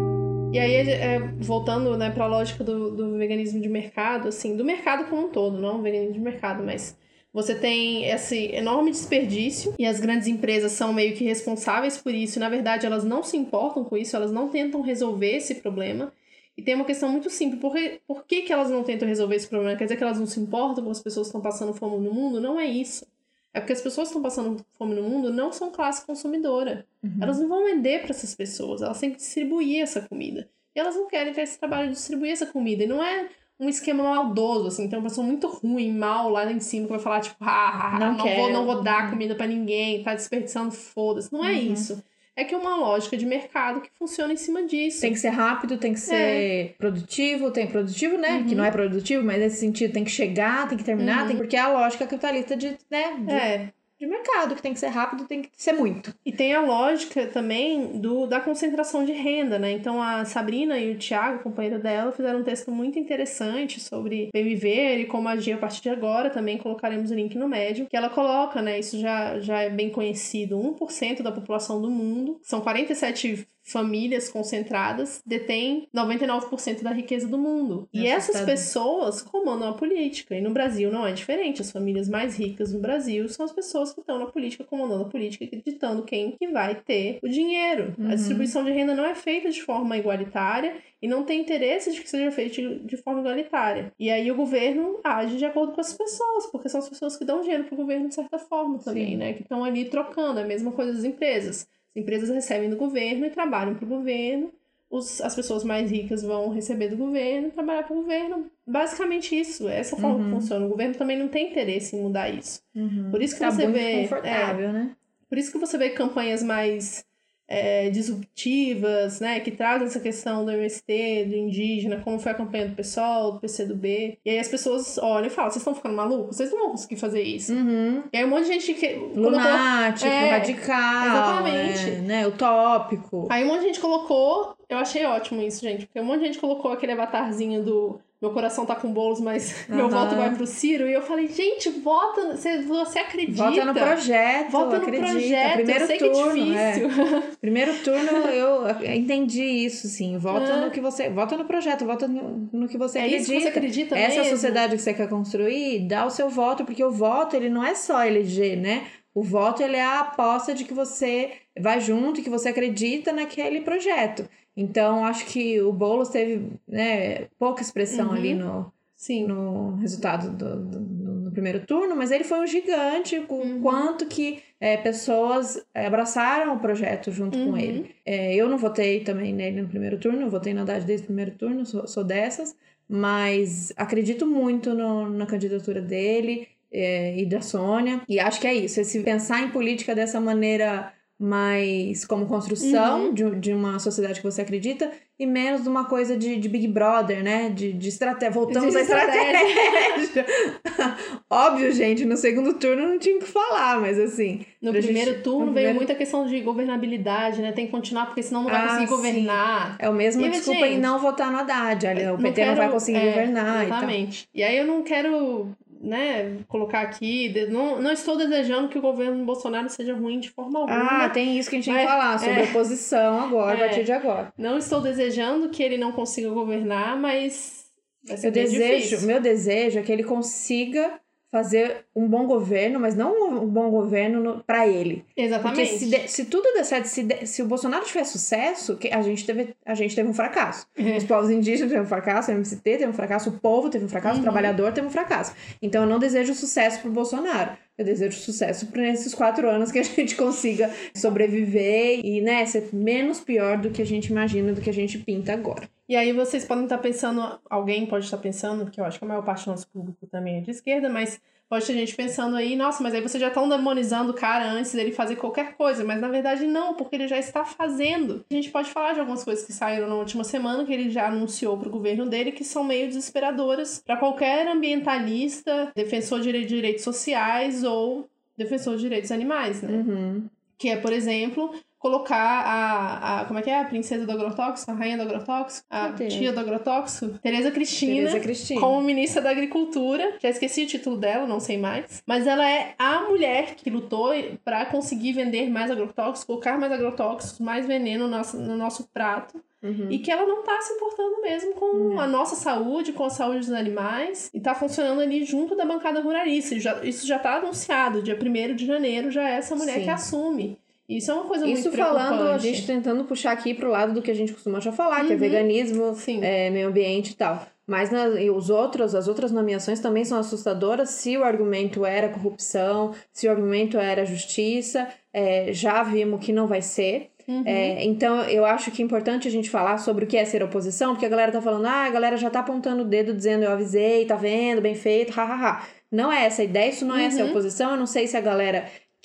Speaker 1: E aí, é, voltando, né, para a lógica do, do veganismo de mercado, assim, do mercado como um todo, não veganismo de mercado, mas você tem esse enorme desperdício e as grandes empresas são meio que responsáveis por isso. E, na verdade, elas não se importam com isso, elas não tentam resolver esse problema. E tem uma questão muito simples. Por que, por que, que elas não tentam resolver esse problema? Quer dizer que elas não se importam com as pessoas que estão passando fome no mundo? Não é isso. É porque as pessoas que estão passando fome no mundo não são classe consumidora. Uhum. Elas não vão vender para essas pessoas, elas têm que distribuir essa comida. E elas não querem ter esse trabalho de distribuir essa comida. E não é um esquema maldoso, assim. Tem uma pessoa muito ruim, mal lá em cima que vai falar, tipo, ah, não, não, vou, não vou dar comida pra ninguém, tá desperdiçando, foda-se. Não é uhum. isso. É que é uma lógica de mercado que funciona em cima disso.
Speaker 2: Tem que ser rápido, tem que ser é. produtivo, tem produtivo, né? Uhum. Que não é produtivo, mas nesse sentido tem que chegar, tem que terminar, uhum. tem, porque é a lógica capitalista de, né? De...
Speaker 1: É.
Speaker 2: de mercado, que tem que ser rápido, tem que ser muito.
Speaker 1: E tem a lógica também do, da concentração de renda, né? Então a Sabrina e o Thiago, companheiro dela, fizeram um texto muito interessante sobre bem viver e como agir a partir de agora. Também colocaremos o link no Medium, que ela coloca, né? Isso já, já é bem conhecido. um por cento da população do mundo, são quarenta e sete famílias concentradas, detêm noventa e nove por cento da riqueza do mundo. É e assustado. Essas pessoas comandam a política. E no Brasil não é diferente. As famílias mais ricas no Brasil são as pessoas que estão na política, comandando a política, ditando quem que vai ter o dinheiro. Uhum. A distribuição de renda não é feita de forma igualitária e não tem interesse de que seja feita de, de forma igualitária. E aí o governo age de acordo com as pessoas, porque são as pessoas que dão dinheiro pro governo de certa forma também, Sim. né? Que estão ali trocando. É a mesma coisa das empresas. As empresas recebem do governo e trabalham para o governo. Os, as pessoas mais ricas vão receber do governo e trabalhar para o governo. Basicamente isso. É essa forma uhum. que funciona. O governo também não tem interesse em mudar isso. Uhum. Por isso que
Speaker 2: tá
Speaker 1: você
Speaker 2: muito
Speaker 1: vê...
Speaker 2: confortável,
Speaker 1: é,
Speaker 2: né?
Speaker 1: Por isso que você vê campanhas mais é, disruptivas, né? Que trazem essa questão do M S T, do indígena, como foi a campanha do PSOL, do P C do B. E aí as pessoas olham e falam, vocês estão ficando malucos? Vocês não vão conseguir fazer isso.
Speaker 2: Uhum.
Speaker 1: E aí um monte de gente que...
Speaker 2: Lunático,
Speaker 1: colocou, é,
Speaker 2: radical.
Speaker 1: Exatamente.
Speaker 2: É, né? Utópico.
Speaker 1: Aí um monte de gente colocou... Eu achei ótimo isso, gente. Porque um monte de gente colocou aquele avatarzinho do... Meu coração tá com bolos, mas uhum. meu voto vai pro Ciro. E eu falei, gente, vota... Você, você acredita.
Speaker 2: Vota no projeto.
Speaker 1: Vota no
Speaker 2: acredita.
Speaker 1: projeto.
Speaker 2: Primeiro
Speaker 1: eu sei
Speaker 2: turno,
Speaker 1: que é difícil.
Speaker 2: É. Primeiro turno, eu entendi isso, sim. Vota uhum. no que você... Vota no projeto, vota no, no que você
Speaker 1: é
Speaker 2: acredita.
Speaker 1: Isso que você acredita
Speaker 2: Essa
Speaker 1: mesmo.
Speaker 2: é a sociedade que você quer construir, dá o seu voto, porque o voto, ele não é só eleger, né? O voto, ele é a aposta de que você vai junto e que você acredita naquele projeto. Então, acho que o Boulos teve, né, pouca expressão uhum. ali no,
Speaker 1: Sim.
Speaker 2: no resultado do, do, do, do primeiro turno, mas ele foi um gigante, o uhum. quanto que é, pessoas abraçaram o projeto junto uhum. com ele. É, eu não votei também nele no primeiro turno, eu votei na Haddad desde o primeiro turno, sou, sou dessas, mas acredito muito no, na candidatura dele é, e da Sônia, e acho que é isso, esse pensar em política dessa maneira mais como construção uhum. de, de uma sociedade que você acredita e menos de uma coisa de, de Big Brother, né? De, de estratégia. Voltamos à estratégia. Óbvio, gente, no segundo turno não tinha o que falar, mas assim...
Speaker 1: No primeiro
Speaker 2: gente,
Speaker 1: turno
Speaker 2: no
Speaker 1: veio
Speaker 2: primeiro...
Speaker 1: muita questão de governabilidade, né? Tem que continuar, porque senão não vai
Speaker 2: ah,
Speaker 1: conseguir
Speaker 2: sim.
Speaker 1: governar.
Speaker 2: É o mesmo
Speaker 1: e,
Speaker 2: desculpa
Speaker 1: gente,
Speaker 2: em não votar no Haddad. Olha, o P T não,
Speaker 1: quero,
Speaker 2: não vai conseguir
Speaker 1: é,
Speaker 2: governar
Speaker 1: exatamente.
Speaker 2: e tal.
Speaker 1: E aí eu não quero... né, colocar aqui, não, não estou desejando que o governo Bolsonaro seja ruim de forma alguma.
Speaker 2: Ah, tem isso que a gente tem que falar, sobre
Speaker 1: é,
Speaker 2: oposição agora,
Speaker 1: é,
Speaker 2: a partir de agora.
Speaker 1: Não estou desejando que ele não consiga governar, mas vai ser
Speaker 2: eu
Speaker 1: bem
Speaker 2: desejo,
Speaker 1: difícil.
Speaker 2: Meu desejo é que ele consiga fazer um bom governo, mas não um bom governo para ele.
Speaker 1: Exatamente.
Speaker 2: Porque se, de, se tudo der certo, se, de, se o Bolsonaro tiver sucesso, que a, gente teve, a gente teve um fracasso. Uhum. Os povos indígenas tiveram um fracasso, o M S T teve um fracasso, o povo teve um fracasso, uhum. o trabalhador teve um fracasso. Então eu não desejo sucesso pro Bolsonaro. Eu desejo sucesso para esses quatro anos que a gente consiga sobreviver e, né, ser menos pior do que a gente imagina, do que a gente pinta agora.
Speaker 1: E aí vocês podem estar pensando, alguém pode estar pensando, que eu acho que a maior parte do nosso público também é de esquerda, mas pode ter gente pensando aí, nossa, mas aí vocês já estão demonizando o cara antes dele fazer qualquer coisa, mas na verdade não, porque ele já está fazendo. A gente pode falar de algumas coisas que saíram na última semana, que ele já anunciou para o governo dele, que são meio desesperadoras para qualquer ambientalista, defensor de direitos sociais ou defensor de direitos animais, né?
Speaker 2: Uhum.
Speaker 1: Que é, por exemplo... colocar a, a... Como é que é? A princesa do agrotóxico? A rainha do agrotóxico? A Entendi. tia do agrotóxico? Tereza Cristina.
Speaker 2: Tereza Cristina.
Speaker 1: Como ministra da Agricultura. Já esqueci o título dela, não sei mais. Mas ela é a mulher que lutou para conseguir vender mais agrotóxicos, colocar mais agrotóxicos, mais veneno no nosso, no nosso prato. uhum. e que ela não tá se importando mesmo com uhum. a nossa saúde, com a saúde dos animais, e tá funcionando ali junto da bancada ruralista. Já, isso já tá anunciado, dia primeiro de janeiro já é essa mulher Sim. que assume. Isso é uma coisa
Speaker 2: Isso
Speaker 1: muito preocupante.
Speaker 2: Isso falando, a gente tentando puxar aqui pro lado do que a gente costuma já falar, uhum. que é veganismo, é, meio ambiente e tal. Mas na, e os outros, as outras nomeações também são assustadoras se o argumento era corrupção, se o argumento era justiça, é, já vimos que não vai ser. Uhum. É, então eu acho que é importante a gente falar sobre o que é ser oposição, porque a galera tá falando, ah, a galera já tá apontando o dedo dizendo eu avisei, tá vendo, bem feito, hahaha. Não é essa a ideia, isso não uhum. é ser oposição, eu não sei se a galera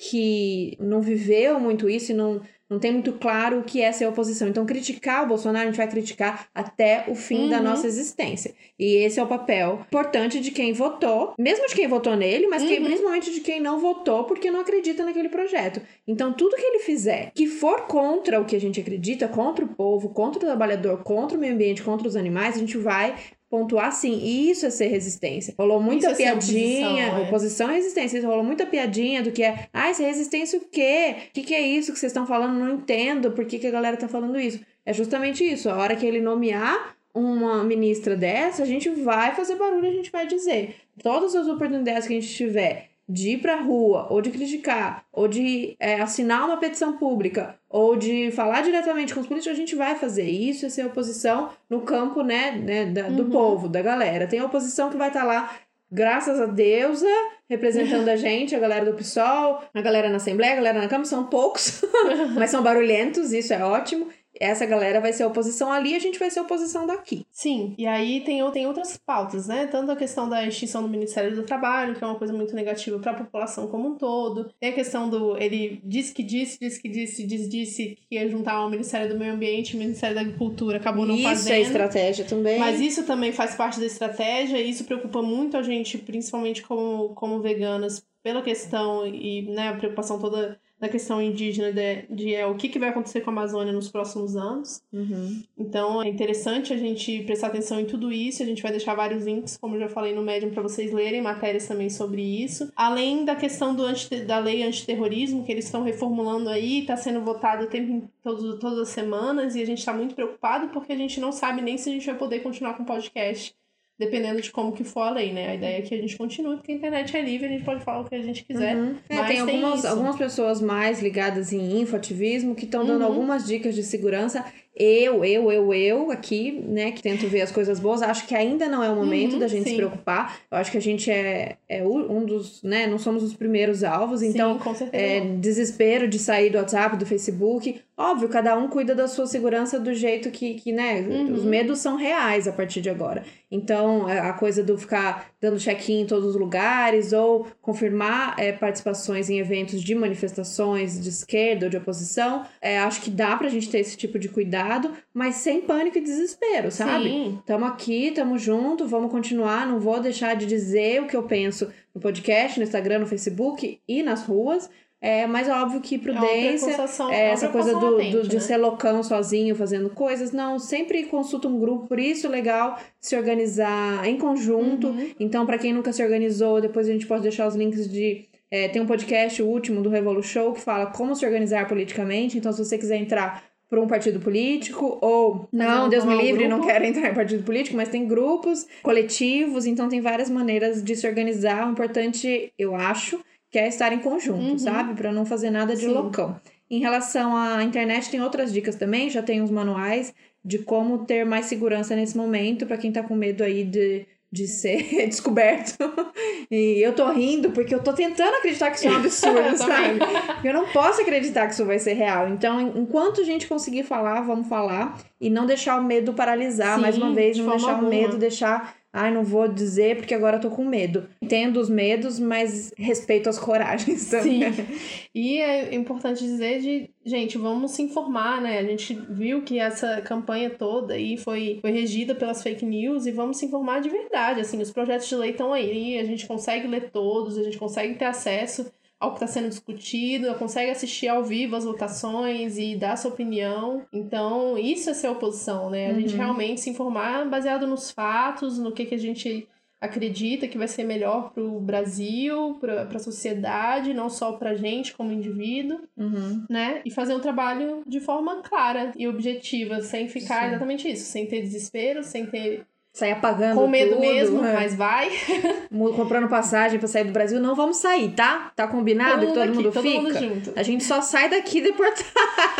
Speaker 2: que não viveu muito isso e não, não tem muito claro o que é ser oposição. Então, criticar o Bolsonaro, a gente vai criticar até o fim uhum. da nossa existência. E esse é o papel importante de quem votou, mesmo de quem votou nele, mas uhum. quem, principalmente de quem não votou porque não acredita naquele projeto. Então, tudo que ele fizer que for contra o que a gente acredita, contra o povo, contra o trabalhador, contra o meio ambiente, contra os animais, a gente vai pontuar sim, e isso é ser resistência. Rolou muita isso piadinha, é oposição, oposição e resistência, rolou muita piadinha do que é, ah, isso é resistência o quê? O que, que é isso que vocês estão falando? Não entendo por que, que a galera tá falando isso. É justamente isso, a hora que ele nomear uma ministra dessa, a gente vai fazer barulho, a gente vai dizer. Todas as oportunidades que a gente tiver de ir pra rua, ou de criticar, ou de é, assinar uma petição pública, ou de falar diretamente com os políticos, a gente vai fazer. Isso é ser oposição no campo, né, né da, do uhum. povo, da galera. Tem a oposição que vai estar tá lá, graças a Deusa, representando a gente, a galera do PSOL, a galera na Assembleia, a galera na Câmara, são poucos, mas são barulhentos, isso é ótimo. Essa galera vai ser oposição ali, a gente vai ser oposição daqui.
Speaker 1: Sim, e aí tem, tem outras pautas, né? Tanto a questão da extinção do Ministério do Trabalho, que é uma coisa muito negativa para a população como um todo. Tem a questão do... Ele disse que disse, disse que disse, disse, disse que ia juntar ao Ministério do Meio Ambiente e o Ministério da Agricultura, acabou não
Speaker 2: isso
Speaker 1: fazendo.
Speaker 2: Isso é estratégia também.
Speaker 1: Mas isso também faz parte da estratégia, e isso preocupa muito a gente, principalmente como, como veganas, pela questão e, né, a preocupação toda da questão indígena de, de é, o que, que vai acontecer com a Amazônia nos próximos anos. Uhum. Então é interessante a gente prestar atenção em tudo isso. A gente vai deixar vários links, como eu já falei no Medium, para vocês lerem matérias também sobre isso. Além da questão do anti, da lei antiterrorismo, que eles estão reformulando aí, está sendo votado o tempo, todo, todas as semanas, e a gente está muito preocupado porque a gente não sabe nem se a gente vai poder continuar com o podcast, dependendo de como que for a lei, né? A ideia é que a gente continue, porque a internet é livre, a gente pode falar o que a gente quiser. Uhum.
Speaker 2: É,
Speaker 1: mas
Speaker 2: tem,
Speaker 1: tem
Speaker 2: algumas,
Speaker 1: isso.
Speaker 2: algumas pessoas mais ligadas em infoativismo que estão dando uhum. algumas dicas de segurança. Eu, eu, eu, eu aqui, né, que tento ver as coisas boas, acho que ainda não é o momento uhum, da gente sim. se preocupar. Eu acho que a gente é, é um dos, né, não somos os primeiros alvos, então,
Speaker 1: sim, com certeza.
Speaker 2: É, desespero de sair do WhatsApp, do Facebook. Óbvio, cada um cuida da sua segurança do jeito que, que né, uhum. os medos são reais a partir de agora. Então, a coisa do ficar dando check-in em todos os lugares ou confirmar é, participações em eventos de manifestações de esquerda ou de oposição, é, acho que dá pra gente ter esse tipo de cuidado, mas sem pânico e desespero, sabe?
Speaker 1: Sim.
Speaker 2: Tamo aqui, tamo junto, vamos continuar, não vou deixar de dizer o que eu penso no podcast, no Instagram, no Facebook e nas ruas. É, mas é óbvio que prudência, é é essa coisa do, latente, do, de né? ser loucão sozinho fazendo coisas, não, sempre consulta um grupo, por isso é legal se organizar em conjunto. Uhum. Então, para quem nunca se organizou, depois a gente pode deixar os links de... É, tem um podcast, o último, do Revolu Show, que fala como se organizar politicamente. Então, se você quiser entrar por um partido político, ou não, Deus me livre, não quero entrar em partido político, mas tem grupos coletivos, então tem várias maneiras de se organizar. O importante, eu acho, que é estar em conjunto, uhum. sabe? Pra não fazer nada de Sim. loucão. Em relação à internet, tem outras dicas também, já tem uns manuais de como ter mais segurança nesse momento, pra quem tá com medo aí de... de ser descoberto. E eu tô rindo porque eu tô tentando acreditar que isso é um absurdo, sabe? Porque eu não posso acreditar que isso vai ser real. Então, enquanto a gente conseguir falar, vamos falar. E não deixar o medo paralisar, Sim, mais uma vez. Não deixar alguma. o medo, deixar... Ai, não vou dizer porque agora eu tô com medo. Entendo os medos, mas respeito as coragens também.
Speaker 1: Sim. E é importante dizer de... Gente, vamos se informar, né? A gente viu que essa campanha toda aí foi, foi regida pelas fake news e vamos se informar de verdade. Assim, os projetos de lei estão aí, a gente consegue ler todos, a gente consegue ter acesso ao que está sendo discutido, consegue assistir ao vivo as votações e dar sua opinião. Então, isso é ser oposição, né? A uhum. gente realmente se informar baseado nos fatos, no que, que a gente acredita que vai ser melhor pro Brasil, pra, pra sociedade, não só pra gente como indivíduo,
Speaker 2: uhum.
Speaker 1: né? E fazer um trabalho de forma clara e objetiva, sem ficar Sim. exatamente isso, sem ter desespero, sem ter...
Speaker 2: Sair apagando
Speaker 1: com medo
Speaker 2: tudo,
Speaker 1: mesmo,
Speaker 2: é.
Speaker 1: mas vai.
Speaker 2: Comprando passagem pra sair do Brasil. Não vamos sair, tá? Tá combinado
Speaker 1: todo
Speaker 2: que todo
Speaker 1: aqui,
Speaker 2: mundo
Speaker 1: todo
Speaker 2: fica?
Speaker 1: Mundo junto.
Speaker 2: A gente só sai daqui deportado.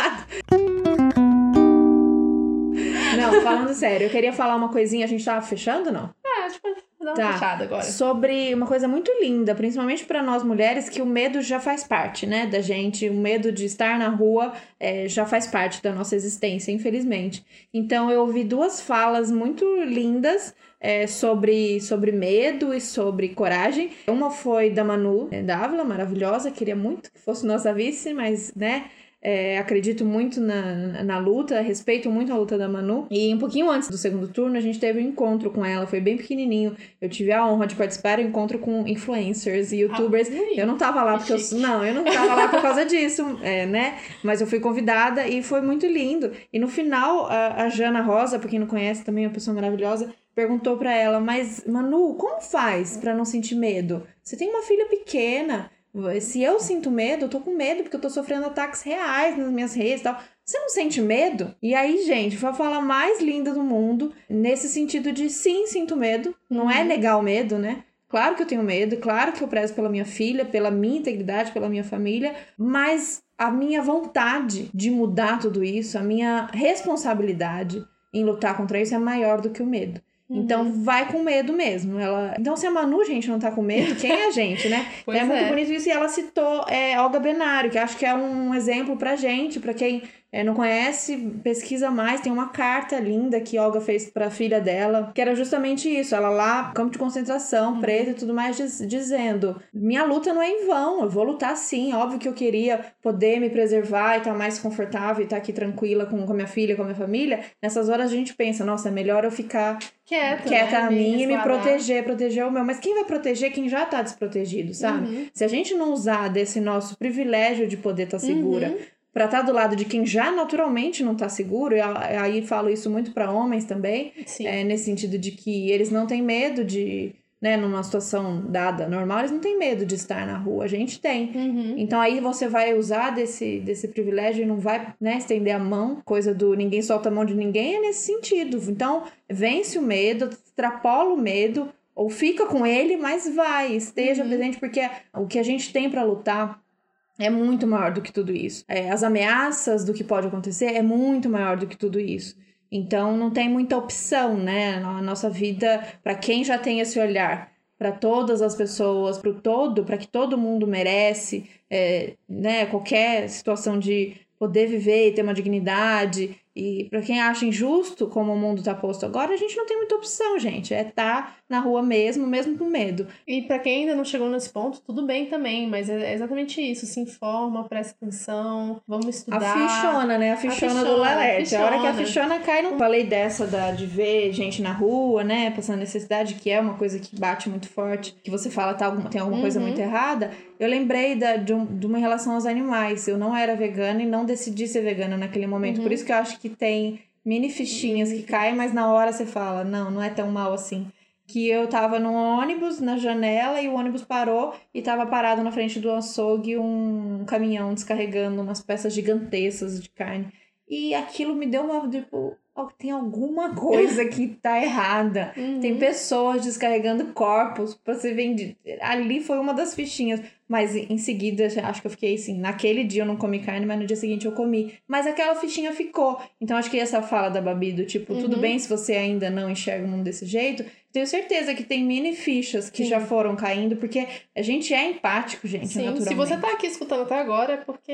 Speaker 2: Não, falando sério, eu queria falar uma coisinha. A gente tava fechando, não?
Speaker 1: É, acho que vai dar uma
Speaker 2: tá.
Speaker 1: fechada agora.
Speaker 2: Sobre uma coisa muito linda, principalmente pra nós mulheres, que o medo já faz parte, né, da gente. O medo de estar na rua é, já faz parte da nossa existência, infelizmente. Então, eu ouvi duas falas muito lindas é, sobre, sobre medo e sobre coragem. Uma foi da Manu Dávila, maravilhosa. Queria muito que fosse nossa vice, mas, né... É, acredito muito na, na luta, respeito muito a luta da Manu. E um pouquinho antes do segundo turno, a gente teve um encontro com ela, foi bem pequenininho. Eu tive a honra de participar do encontro com influencers e youtubers. Ah, eu não tava lá porque eu... Não, eu não tava lá por causa disso, é, né? Mas eu fui convidada e foi muito lindo. E no final, a, a Jana Rosa, pra quem não conhece, também é uma pessoa maravilhosa, perguntou pra ela, mas Manu, como faz pra não sentir medo? Você tem uma filha pequena... Se eu sinto medo, eu tô com medo porque eu tô sofrendo ataques reais nas minhas redes e tal. Você não sente medo? E aí, gente, foi a fala mais linda do mundo, nesse sentido de sim, sinto medo. Não uhum. é negar o medo, né? Claro que eu tenho medo, claro que eu prezo pela minha filha, pela minha integridade, pela minha família, mas a minha vontade de mudar tudo isso, a minha responsabilidade em lutar contra isso é maior do que o medo. Então, uhum. vai com medo mesmo. Ela... Então, se a Manu, gente, não tá com medo, quem é a gente, né?
Speaker 1: Pois
Speaker 2: é muito
Speaker 1: é.
Speaker 2: bonito isso. E ela citou é, Olga Benário, que acho que é um exemplo pra gente, pra quem é, não conhece, pesquisa mais. Tem uma carta linda que Olga fez pra filha dela, que era justamente isso. Ela lá, campo de concentração, uhum. presa e tudo mais, diz, dizendo, minha luta não é em vão, eu vou lutar sim. Óbvio que eu queria poder me preservar e estar tá mais confortável e estar tá aqui tranquila com, com a minha filha, com a minha família. Nessas horas a gente pensa, nossa, é melhor eu ficar...
Speaker 1: Quieta,
Speaker 2: quieta
Speaker 1: né?
Speaker 2: a mim e me proteger, proteger o meu. Mas quem vai proteger quem já tá desprotegido, sabe?
Speaker 1: Uhum.
Speaker 2: Se a gente não usar desse nosso privilégio de poder estar tá segura
Speaker 1: uhum.
Speaker 2: pra estar tá do lado de quem já naturalmente não tá seguro, e aí falo isso muito pra homens também, é, nesse sentido de que eles não têm medo de... Né, numa situação dada normal, eles não têm medo de estar na rua, a gente tem.
Speaker 1: Uhum.
Speaker 2: Então aí você vai usar desse, desse privilégio e não vai, né, estender a mão, coisa do ninguém solta a mão de ninguém, é nesse sentido. Então, vence o medo, extrapola o medo, ou fica com ele, mas vai, esteja uhum. presente, porque o que a gente tem pra lutar é muito maior do que tudo isso. É, as ameaças do que pode acontecer é muito maior do que tudo isso. Então, não tem muita opção, né? A nossa vida, para quem já tem esse olhar, para todas as pessoas, para o todo, para que todo mundo merece, é, né? Qualquer situação de poder viver e ter uma dignidade. E para quem acha injusto como o mundo tá posto agora, a gente não tem muita opção, gente. É estar na rua mesmo, mesmo com medo.
Speaker 1: E para quem ainda não chegou nesse ponto, tudo bem também, mas é exatamente isso. Se informa, presta atenção, vamos estudar.
Speaker 2: A fichona, né? A fichona, a fichona do Lalete. A, a hora que a fichona cai, não falei dessa da, de ver gente na rua, né? Passando necessidade, que é uma coisa que bate muito forte. Que você fala tá, tem alguma coisa uhum. muito errada. Eu lembrei da, de, um, de uma relação aos animais. Eu não era vegana e não decidi ser vegana naquele momento. Uhum. Por isso que eu acho que tem mini fichinhas que caem, mas na hora você fala, não, não é tão mal assim. Que eu tava num ônibus, na janela, e o ônibus parou e tava parado na frente do açougue um caminhão descarregando umas peças gigantescas de carne. E aquilo me deu uma, tipo, tem alguma coisa que tá errada. Uhum. Tem pessoas descarregando corpos pra ser vendido. Ali foi uma das fichinhas. Mas em seguida, acho que eu fiquei assim, naquele dia eu não comi carne, mas no dia seguinte eu comi. Mas aquela fichinha ficou. Então acho que essa fala da Babi do tipo, uhum. tudo bem se você ainda não enxerga o mundo desse jeito. Tenho certeza que tem mini fichas que Sim. já foram caindo, porque a gente é empático, gente,
Speaker 1: Sim,
Speaker 2: naturalmente.
Speaker 1: se você tá aqui escutando até agora é porque...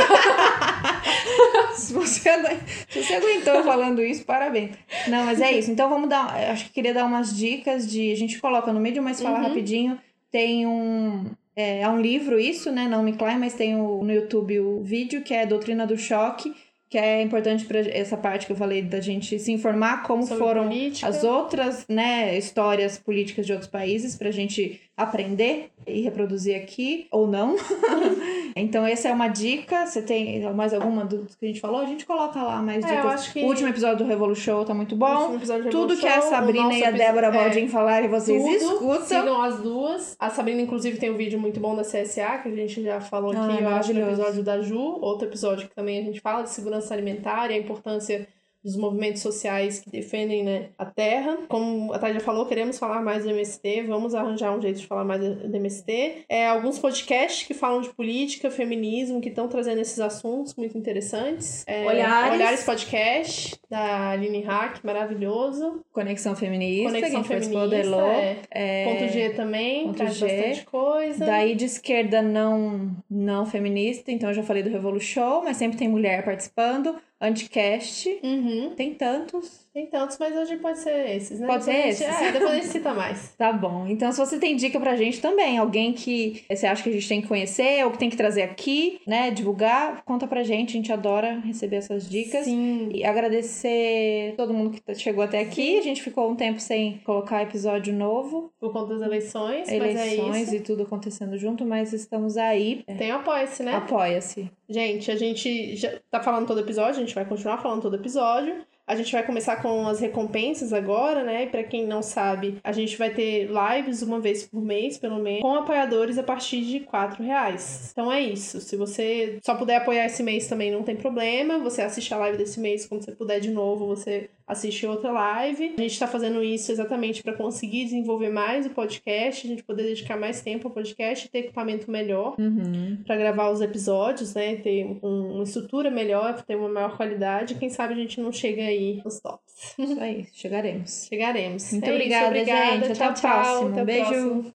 Speaker 2: se, você, se você aguentou falando isso, parabéns. Não, mas é isso. Então vamos dar, acho que queria dar umas dicas de, a gente coloca no meio, mas fala uhum. rapidinho. Tem um... É, é um livro isso, né? Não me Klein, mas tem o, no YouTube o vídeo que é Doutrina do Choque, que é importante para essa parte que eu falei da gente se informar como Sobre foram política. As outras, né, histórias políticas de outros países, pra gente aprender e reproduzir aqui, ou não. Então, essa é uma dica. Você tem mais alguma do que a gente falou? A gente coloca lá mais dicas.
Speaker 1: É, eu acho que...
Speaker 2: O último episódio do Revolu Show tá muito bom. Tudo que
Speaker 1: Show,
Speaker 2: a Sabrina e a Débora é, Baldin falarem, vocês
Speaker 1: tudo,
Speaker 2: escutam.
Speaker 1: Sigam as duas. A Sabrina, inclusive, tem um vídeo muito bom da C S A, que a gente já falou aqui,
Speaker 2: ah,
Speaker 1: eu acho, no episódio da Ju. Outro episódio que também a gente fala de segurança alimentar e a importância dos movimentos sociais que defendem, né, a terra. Como a Thay já falou, queremos falar mais do M S T, vamos arranjar um jeito de falar mais do M S T. É, alguns podcasts que falam de política, feminismo, que estão trazendo esses assuntos muito interessantes. É,
Speaker 2: Olhares.
Speaker 1: Olhares Podcast, da Aline Hack, maravilhoso.
Speaker 2: Conexão Feminista,
Speaker 1: Conexão
Speaker 2: que a gente
Speaker 1: Feminista,
Speaker 2: participou da Elô.
Speaker 1: É.
Speaker 2: É...
Speaker 1: Ponto G também,
Speaker 2: Ponto
Speaker 1: traz
Speaker 2: G.
Speaker 1: bastante coisa.
Speaker 2: Daí de esquerda não, não feminista, então eu já falei do Revolu Show, mas sempre tem mulher participando. Anticast,
Speaker 1: Uhum.
Speaker 2: tem tantos.
Speaker 1: Tem tantos, mas hoje pode ser esses, né?
Speaker 2: Pode
Speaker 1: depois
Speaker 2: ser
Speaker 1: a gente,
Speaker 2: esses?
Speaker 1: É, depois a gente cita mais.
Speaker 2: Tá bom. Então, se você tem dica pra gente também, alguém que você acha que a gente tem que conhecer ou que tem que trazer aqui, né, divulgar, conta pra gente. A gente adora receber essas dicas.
Speaker 1: Sim.
Speaker 2: E agradecer todo mundo que chegou até aqui.
Speaker 1: Sim.
Speaker 2: A gente ficou um tempo sem colocar episódio novo.
Speaker 1: Por conta das eleições,
Speaker 2: Eleições
Speaker 1: mas é isso.
Speaker 2: e tudo acontecendo junto, mas estamos aí.
Speaker 1: Tem o Apoia-se, né?
Speaker 2: Apoia-se.
Speaker 1: Gente, a gente já tá falando todo episódio, a gente vai continuar falando todo episódio. A gente vai começar com as recompensas agora, né? E pra quem não sabe, a gente vai ter lives uma vez por mês, pelo menos, com apoiadores a partir de quatro reais. Então é isso. Se você só puder apoiar esse mês também, não tem problema. Você assiste a live desse mês, quando você puder de novo, você assiste outra live. A gente tá fazendo isso exatamente para conseguir desenvolver mais o podcast, a gente poder dedicar mais tempo ao podcast, ter equipamento melhor
Speaker 2: Uhum.
Speaker 1: para gravar os episódios, né? Ter um, uma estrutura melhor, ter uma maior qualidade. Quem sabe a gente não chega aí nos tops.
Speaker 2: Isso aí, chegaremos.
Speaker 1: Chegaremos.
Speaker 2: Muito
Speaker 1: É
Speaker 2: obrigada,
Speaker 1: isso, obrigada,
Speaker 2: gente. Até
Speaker 1: tchau,
Speaker 2: o
Speaker 1: tchau,
Speaker 2: próximo.
Speaker 1: até o
Speaker 2: Beijo.
Speaker 1: próximo.